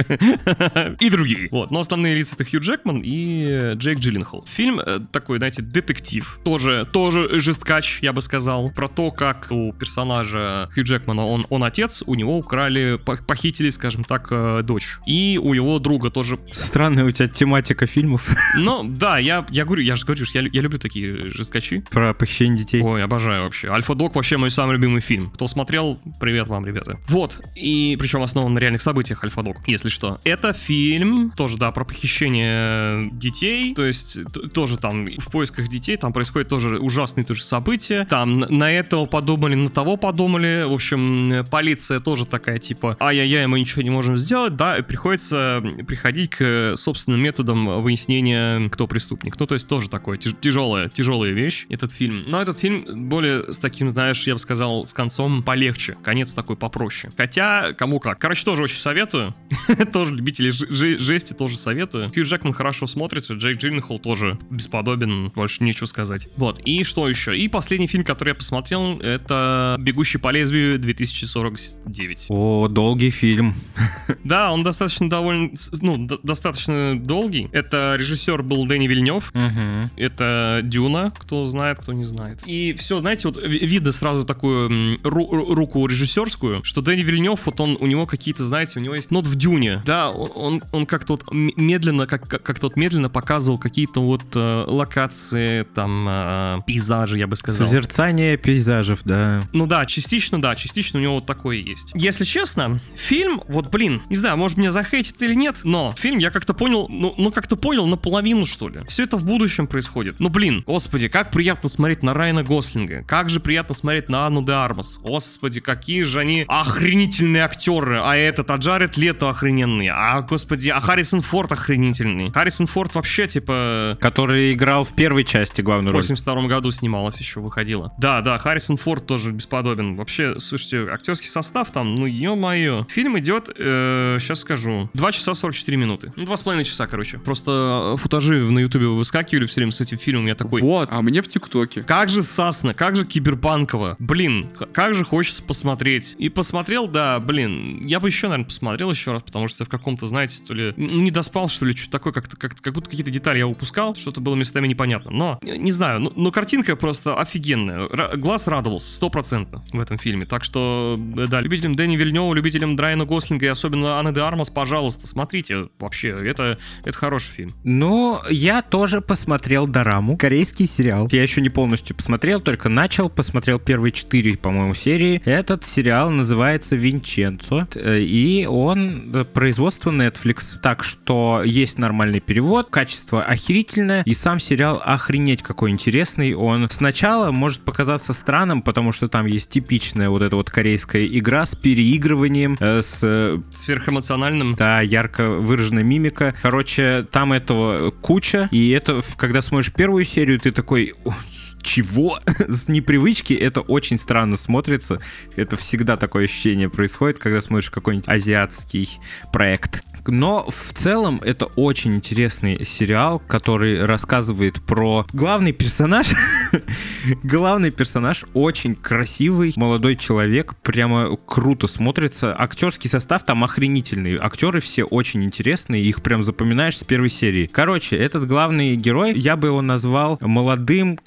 И другие. Вот. Но основные лица — это Хью Джекман и Джек Джилленхол. Фильм такой, знаете, детектив. Тоже, тоже жесткач, я бы сказал. Про то, как у персонажа Хью Джекмана, он, он отец, у него украли, похитили, скажем так, дочь. И у его друга тоже. Странная у тебя тематика фильмов. Ну, да, я, я говорю, я же говорю, что я, я люблю такие жесткачи. Про похищение детей. Ой, обожаю вообще. Альфа-Дог вообще мой самый любимый фильм. Кто смотрел, привет вам, ребята. Вот, и причем основан на реальных событиях «Альфа-Дог», если что. Это фильм, тоже, да, про похищение детей, то есть т- тоже там в поисках детей, там происходят тоже ужасные тоже события. Там на этого подумали, на того подумали. В общем, полиция тоже такая, типа, ай-яй-яй, мы ничего не можем сделать, да, и приходится приходить к собственным методам выяснения, кто преступник. Ну, то есть тоже такое тяж- тяжелая, тяжелая вещь, этот фильм. Но этот фильм более с таким, знаешь, я бы сказал, с концом полегче. Конец такой попроще. Хотя, кому как. Короче, тоже очень советую. Тоже любители ж- жести тоже советую. Хью Джекман хорошо смотрится, Джейк Джилленхол тоже бесподобен, больше нечего сказать. Вот. И что еще? И последний фильм, который я посмотрел, это «Бегущий по лезвию» две тысячи сорок девять. О, долгий фильм. Да, он достаточно довольно, ну, д- достаточно долгий. Это режиссер был Дэнни Вильнёв. Угу. Это «Дюна», кто знает, кто не знает. И все, знаете, вот видно сразу такую м, ру- руку режиссерскую, что Дэнни Вильнёв, вот он, у него какие-то, знаете, у него есть, ну вот в «Дюне», да, он, он, он как-то вот медленно, как, как-то вот медленно показывал какие-то вот э, локации, там, э, пейзажи, я бы сказал. Созерцание пейзажев, да. Ну да, частично, да, частично у него вот такое есть. Если честно, фильм, вот, блин, не знаю, может меня захейтит или нет, но фильм я как-то понял, ну, ну как-то понял наполовину, что ли. Все это в будущем происходит. Ну, блин, господи, как приятно смотреть на Райана Гослинга, как же приятно смотреть на Анну де Армас. Господи, какие же они охренительные актеры. А этот, а Джаред Лето охрененный. А, господи, а Харрисон Форд охренительный. Харрисон Форд вообще, типа... Который играл в первой части главную В роль. В восемьдесят втором году снималась еще, выходила. Да, да, Харрисон Форд тоже бесподобен. Вообще, слушайте, актерский состав там, ну, ё-моё. Фильм идет, э, сейчас скажу, два часа сорок четыре минуты. Ну, два с половиной часа, короче. Просто футажи на ютубе выскакивали все время с этим фильмом, я такой... Вот, а мне в ТикТоке. Как же сасно, как же киберпанково. Блин, как же хочется посмотреть. И посмотрел, да, блин, я бы еще, наверное, посмотрел еще раз, потому что в каком-то, знаете, то ли не доспал, что ли, что-то такое, как-то, как, как будто какие-то детали я упускал, что-то было местами непонятно. Но, не знаю, но, но картинка просто офигенная. Р- глаз радовался, сто процентов в этом фильме. Так что, да, любителям Дэнни Вильнёва, любителям Райана Гослинга и особенно Анны де Армас, пожалуйста, смотрите. Вообще, это, это хороший фильм. Ну, я тоже посмотрел дораму, корейский сериал. Я еще не полностью посмотрел, только начал, посмотрел первые четыре, по-моему, серии. Этот сериал называется «Винченцо», и он производство Netflix. Так что есть нормальный перевод, качество охерительное, и сам сериал охренеть какой интересный. Он сначала может показаться странным, потому что там есть типичная вот эта вот корейская игра с переигрыванием, с... Сверхэмоциональным. Да, ярко выраженная мимика. Короче, там этого куча, и это, когда смотришь первую серию, ты такой... Чего? С непривычки это очень странно смотрится. Это всегда такое ощущение происходит, когда смотришь какой-нибудь азиатский проект. Но в целом это очень интересный сериал, который рассказывает про главный персонаж. Главный персонаж очень красивый, молодой человек, прямо круто смотрится. Актерский состав там охренительный. Актеры все очень интересные, их прям запоминаешь с первой серии. Короче, этот главный герой, я бы его назвал молодым корейским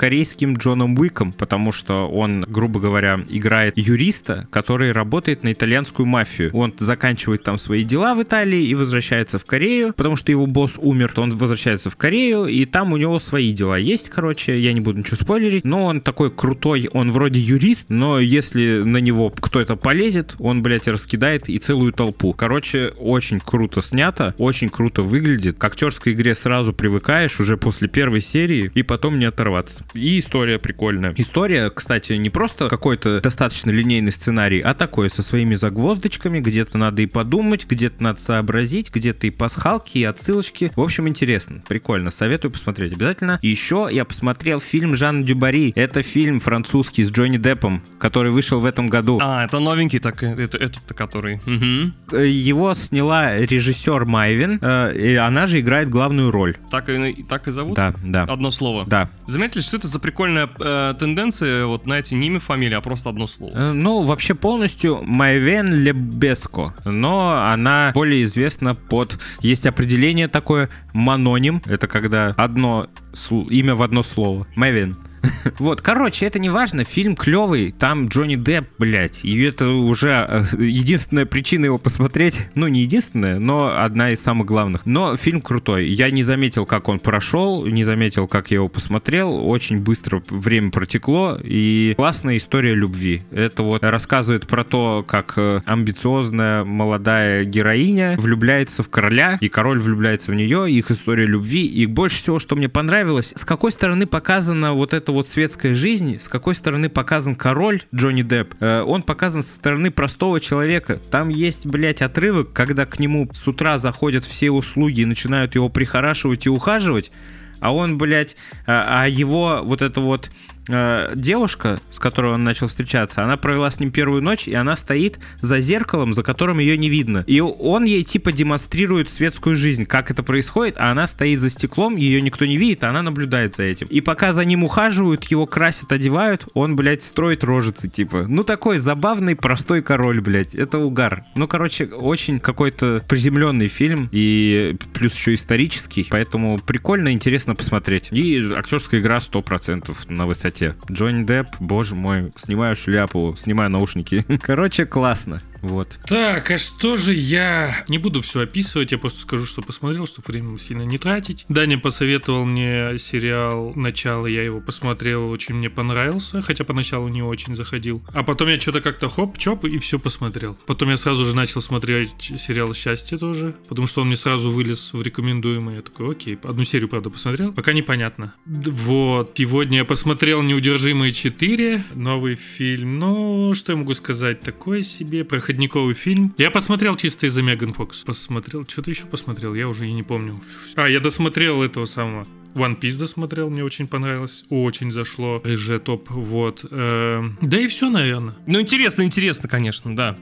классическим Джоном Уиком, потому что он, грубо говоря, играет юриста, который работает на итальянскую мафию. Он заканчивает там свои дела в Италии и возвращается в Корею, потому что его босс умер, то он возвращается в Корею, и там у него свои дела есть, короче, я не буду ничего спойлерить, но он такой крутой, он вроде юрист, но если на него кто-то полезет, он, блядь, раскидает и целую толпу. Короче, очень круто снято, очень круто выглядит. К актерской игре сразу привыкаешь уже после первой серии, и потом не оторваться. И история прикольная. История, кстати, не просто какой-то достаточно линейный сценарий, а такой, со своими загвоздочками, где-то надо и подумать, где-то надо сообразить, где-то и пасхалки, и отсылочки. В общем, интересно, прикольно, советую посмотреть обязательно. И еще я посмотрел фильм Жанна Дюбари. Это фильм французский с Джонни Деппом, который вышел в этом году. А, это новенький, так, это, этот-то который. Угу. Его сняла режиссер Майвин, и она же играет главную роль. Так и, так и зовут? Да, да. Одно слово? Да. Заметили, что это за прикольная э, тенденция, вот, знаете, не имя, фамилия, а просто одно слово? Э, ну, вообще полностью Майвен Лебеско, но она более известна под... Есть определение такое, мононим, это когда одно имя в одно слово. Майвен. Вот, короче, это не важно, фильм клевый, там Джонни Депп, блядь, и это уже единственная причина его посмотреть, ну, не единственная, но одна из самых главных. Но фильм крутой, я не заметил, как он прошел, не заметил, как я его посмотрел, очень быстро время протекло, и классная история любви. Это вот рассказывает про то, как амбициозная молодая героиня влюбляется в короля, и король влюбляется в нее, их история любви, и больше всего, что мне понравилось, с какой стороны показана вот эта вот светская жизнь, с какой стороны показан король Джонни Депп, э, он показан со стороны простого человека. Там есть, блядь, отрывок, когда к нему с утра заходят все услуги и начинают его прихорашивать и ухаживать, а он, блядь, а, а его вот это вот э, девушка, с которой он начал встречаться, она провела с ним первую ночь, и она стоит за зеркалом, за которым ее не видно. И он ей типа демонстрирует светскую жизнь, как это происходит, а она стоит за стеклом, ее никто не видит, а она наблюдает за этим. И пока за ним ухаживают, его красят, одевают, он, блядь, строит рожицы, типа. Ну, такой забавный, простой король, блядь. Это угар. Ну, короче, очень какой-то приземленный фильм, и плюс еще исторический, поэтому прикольно, интересно посмотреть. И актерская игра сто процентов на высоте. Джонни Депп, боже мой, снимаю шляпу, снимаю наушники. Короче, классно. Вот. Так, а что же я... Не буду все описывать, я просто скажу, что посмотрел, чтобы время сильно не тратить. Даня посоветовал мне сериал «Начало», я его посмотрел, очень мне понравился, хотя поначалу не очень заходил. А потом я что-то как-то хоп-чоп и все посмотрел. Потом я сразу же начал смотреть сериал «Счастье» тоже, потому что он мне сразу вылез в рекомендуемый. Я такой, окей, одну серию, правда, посмотрел, пока непонятно. Вот, сегодня я посмотрел «Неудержимые четыре», новый фильм, но что я могу сказать, такое себе, проходниковый фильм. Я посмотрел чисто из-за Меган Фокс. Посмотрел, что-то еще посмотрел, я уже и не помню. А, я досмотрел этого самого. One Piece досмотрел, мне очень понравилось. Очень зашло. РЖ топ, вот. Эм, да и все, наверное. Ну, интересно, интересно, конечно, да.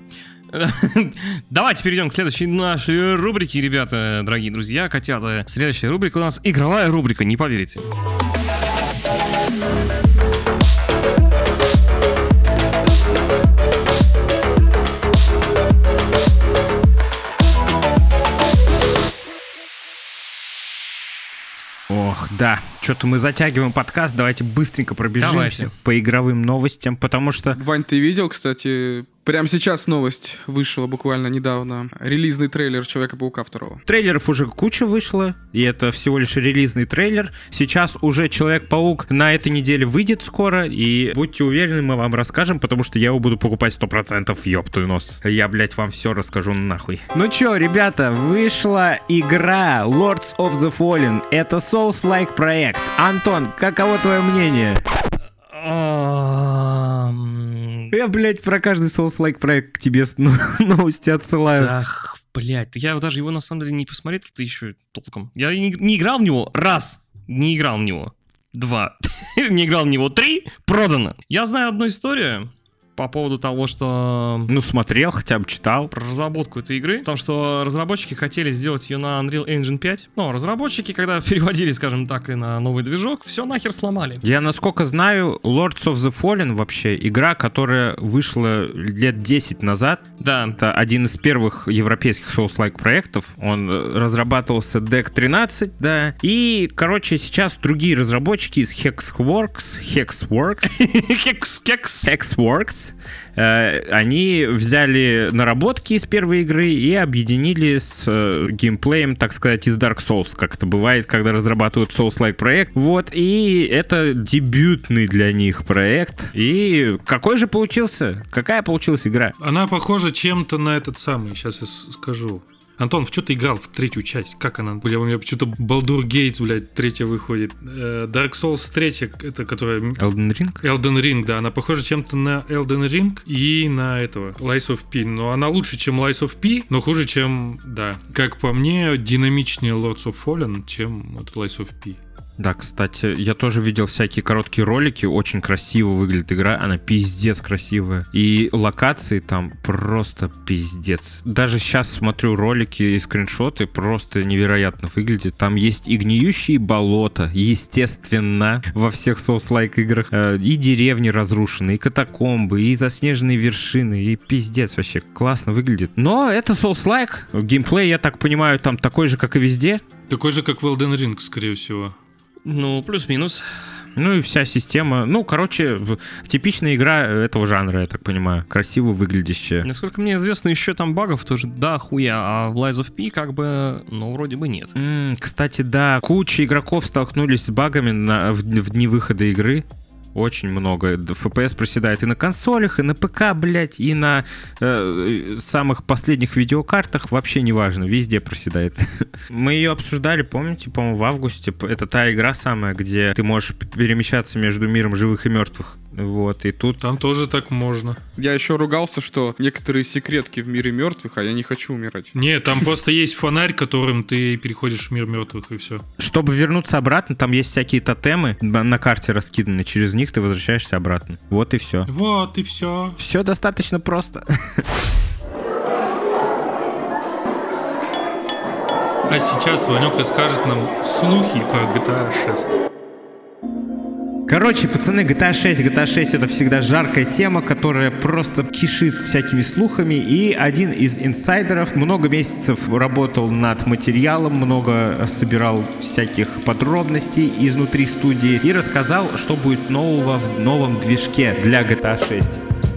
Давайте перейдем к следующей нашей рубрике, ребята, дорогие друзья, котята. Следующая рубрика у нас игровая рубрика, не поверите. Ох, да, что-то мы затягиваем подкаст, давайте быстренько пробежимся Давайте. по игровым новостям, потому что... Вань, ты видел, кстати, прямо сейчас новость вышла буквально недавно. Релизный трейлер Человека-паука второго. Трейлеров уже куча вышло, и это всего лишь релизный трейлер. Сейчас уже Человек-паук на этой неделе выйдет скоро, и будьте уверены, мы вам расскажем, потому что я его буду покупать сто процентов, ёб твой нос. Я, блядь, вам все расскажу нахуй. Ну чё, ребята, вышла игра Lords of the Fallen. Это Souls-like проект. Антон, каково твое мнение? Я, блядь, про каждый Souls-like проект к тебе новости отсылаю. Ах, блядь, я даже его на самом деле не посмотрел, это еще толком. Я не, не играл в него раз, не играл в него два, не играл в него три, продано. Я знаю одну историю, по поводу того, что... Ну, смотрел, хотя бы читал. Про разработку этой игры. Потому что разработчики хотели сделать ее на Unreal Engine пять. Но разработчики, когда переводили, скажем так, и на новый движок, все нахер сломали. Я, насколько знаю, Lords of the Fallen вообще игра, которая вышла лет десять назад. Да. Это один из первых европейских Souls-like проектов. Он разрабатывался дек тринадцать, да. И, короче, сейчас другие разработчики из Hexworks, Hexworks, Хекс, кекс. Hexworks, э, они взяли наработки из первой игры и объединили с э, геймплеем, так сказать, из Dark Souls, как это бывает, когда разрабатывают Souls-like проект. Вот, и это дебютный для них проект. И какой же получился? Какая получилась игра? Она похожа чем-то на этот самый, сейчас я скажу. Антон, в что ты играл в третью часть? Как она? Бля, у меня почему-то Baldur Gate, блядь, третья выходит. Dark Souls третья, это которая... Elden Ring? Elden Ring, да. Она похожа чем-то на Elden Ring и на этого, Lies of P. Но она лучше, чем Lies of P, но хуже, чем, да. Как по мне, динамичнее Lords of Fallen, чем вот Lies of P. Да, кстати, я тоже видел всякие короткие ролики, очень красиво выглядит игра, она пиздец красивая. И локации там просто пиздец. Даже сейчас смотрю ролики и скриншоты, просто невероятно выглядит. Там есть и гниющие болота, естественно, во всех Souls-like играх, и деревни разрушенные, и катакомбы, и заснеженные вершины, и пиздец вообще, классно выглядит. Но это Souls-like, геймплей, я так понимаю, там такой же, как и везде. Такой же, как в Elden Ring, скорее всего. Ну, плюс-минус. Ну и вся система. Ну, короче, типичная игра этого жанра, я так понимаю. Красиво выглядящая. Насколько мне известно, еще там багов тоже да хуя, а в Lies of P как бы, ну, вроде бы нет. М-м, кстати, да, куча игроков столкнулись с багами на, в, в дни выхода игры. Очень много. эф пи эс проседает и на консолях, и на ПК, блядь, и на э, самых последних видеокартах. Вообще неважно, везде проседает. Мы ее обсуждали, помните, по-моему, в августе. Это та игра самая, где ты можешь перемещаться между миром живых и мертвых. Вот, и тут... Там тоже так можно. Я еще ругался, что некоторые секретки в мире мертвых, а я не хочу умирать. Не, там просто есть фонарь, которым ты переходишь в мир мертвых, и все. Чтобы вернуться обратно, там есть всякие тотемы на карте раскиданы. Через них ты возвращаешься обратно. Вот и все. Вот и все. Все достаточно просто. А сейчас Ванек расскажет нам слухи про джи ти эй шесть. Короче, пацаны, джи ти эй шесть. джи ти эй шесть это всегда жаркая тема, которая просто кишит всякими слухами. И один из инсайдеров много месяцев работал над материалом, много собирал всяких подробностей изнутри студии и рассказал, что будет нового в новом движке для джи ти эй шесть.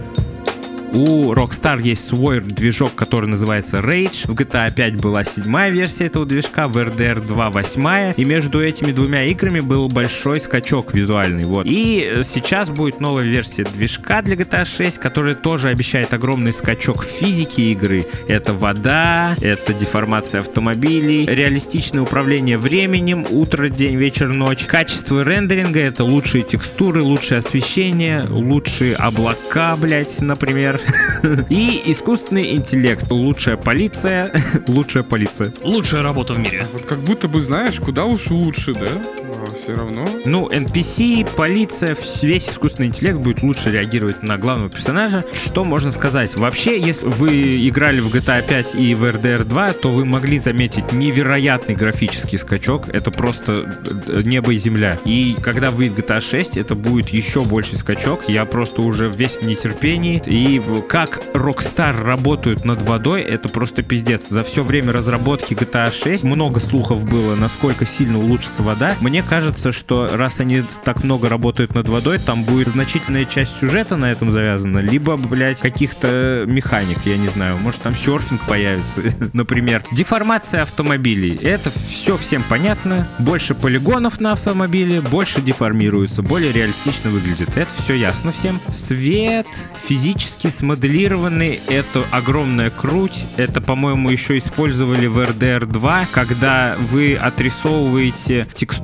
У Rockstar есть свой движок, который называется Rage. В джи ти эй пять была седьмая версия этого движка, в эр ди ар два восьмая. И между этими двумя играми был большой скачок визуальный. Вот. И сейчас будет новая версия движка для джи ти эй шесть, которая тоже обещает огромный скачок в физике игры. Это вода, это деформация автомобилей, реалистичное управление временем, утро, день, вечер, ночь. Качество рендеринга — это лучшие текстуры, лучшее освещение, лучшие облака, блять, например. И искусственный интеллект. Лучшая полиция. Лучшая полиция. Лучшая работа в мире. Вот как будто бы, знаешь, куда уж лучше, да? А все равно. Ну, эн пи си, полиция, весь искусственный интеллект будет лучше реагировать на главного персонажа. Что можно сказать? Вообще, если вы играли в джи ти эй пять и в эр ди ар два, то вы могли заметить невероятный графический скачок. Это просто небо и земля. И когда выйдет джи ти эй шесть, это будет еще больший скачок. Я просто уже весь в нетерпении. И как Rockstar работают над водой, это просто пиздец. За все время разработки джи ти эй шесть много слухов было, насколько сильно улучшится вода. Мне кажется, что раз они так много работают над водой, там будет значительная часть сюжета на этом завязана, либо, блядь, каких-то механик, я не знаю, может там серфинг появится, например. Деформация автомобилей. Это все всем понятно. Больше полигонов на автомобиле, больше деформируется, более реалистично выглядит. Это все ясно всем. Свет, физически смоделированный, это огромная круть. Это, по-моему, еще использовали в эр ди ар два, когда вы отрисовываете текстуры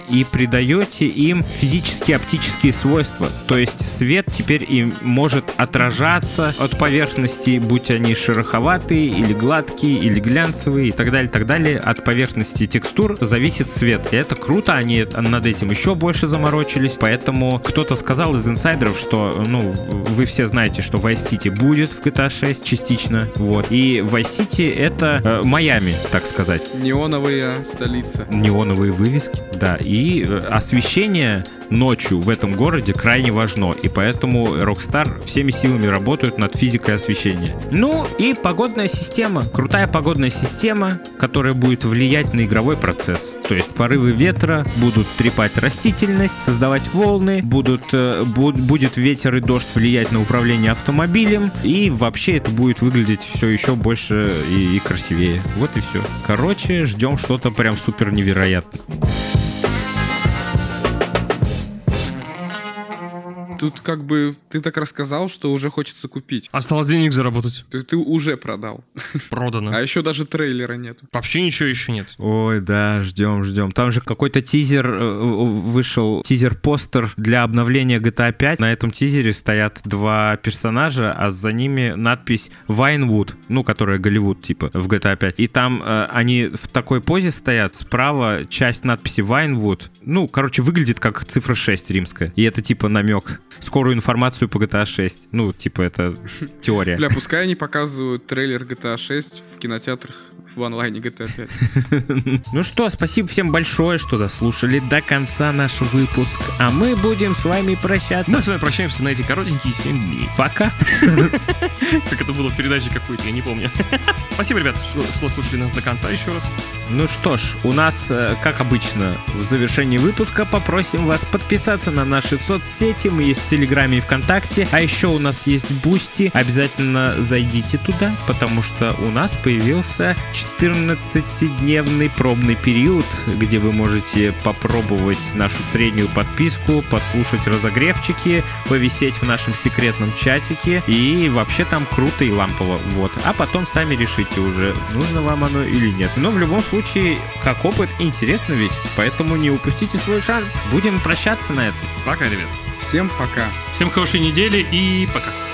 и придаете им физические оптические свойства. То есть свет теперь и может отражаться от поверхности, будь они шероховатые или гладкие, или глянцевые и так далее, так далее. От поверхности текстур зависит свет. И это круто, они над этим еще больше заморочились. Поэтому кто-то сказал из инсайдеров, что, ну, вы все знаете, что Vice City будет в джи ти эй шесть частично. Вот. И Vice City это э, Майами, так сказать. Неоновая столица. Неоновые вывески, да. И э, освещение ночью в этом городе крайне важно. И поэтому Rockstar всеми силами работают над физикой освещения. Ну и погодная система. Крутая погодная система, которая будет влиять на игровой процесс. То есть порывы ветра будут трепать растительность, создавать волны, будут, э, бу- будет ветер и дождь влиять на управление автомобилем. И вообще это будет выглядеть все еще больше и, и красивее. Вот и все. Короче, ждем что-то прям супер невероятное. Тут как бы ты так рассказал, что уже хочется купить. Осталось денег заработать. Ты, ты уже продал. Продано. А еще даже трейлера нет. Вообще ничего еще нет. Ой, да, ждем, ждем. Там же какой-то тизер э, вышел, тизер-постер для обновления джи ти эй пять. На этом тизере стоят два персонажа, а за ними надпись Vinewood, ну, которая Голливуд, типа, в джи ти эй пять. И там э, они в такой позе стоят. Справа часть надписи Vinewood. Ну, короче, выглядит как цифра шесть римская. И это, типа, намек. Скорую информацию по джи ти эй шесть. Ну, типа, это теория. Бля, пускай они показывают трейлер джи ти эй шесть в кинотеатрах в онлайне джи ти эй пять. Ну что, спасибо всем большое, что дослушали до конца наш выпуск. А мы будем с вами прощаться. Мы с вами прощаемся на эти коротенькие семь дней. Пока. Как это было в передаче какой-то, я не помню. Спасибо, ребят, что слушали нас до конца еще раз. Ну что ж, у нас, как обычно, в завершении выпуска попросим вас подписаться на наши соцсети. Мы есть в Телеграме и ВКонтакте. А еще у нас есть Бусти. Обязательно зайдите туда, потому что у нас появился четырнадцатидневный пробный период, где вы можете попробовать нашу среднюю подписку, послушать разогревчики, повисеть в нашем секретном чатике. И вообще там круто и лампово. Вот. А потом сами решите уже, нужно вам оно или нет. Но в любом случае, как опыт, интересно ведь. Поэтому не упустите свой шанс. Будем прощаться на этом. Пока, ребят. Всем пока. Всем хорошей недели и пока.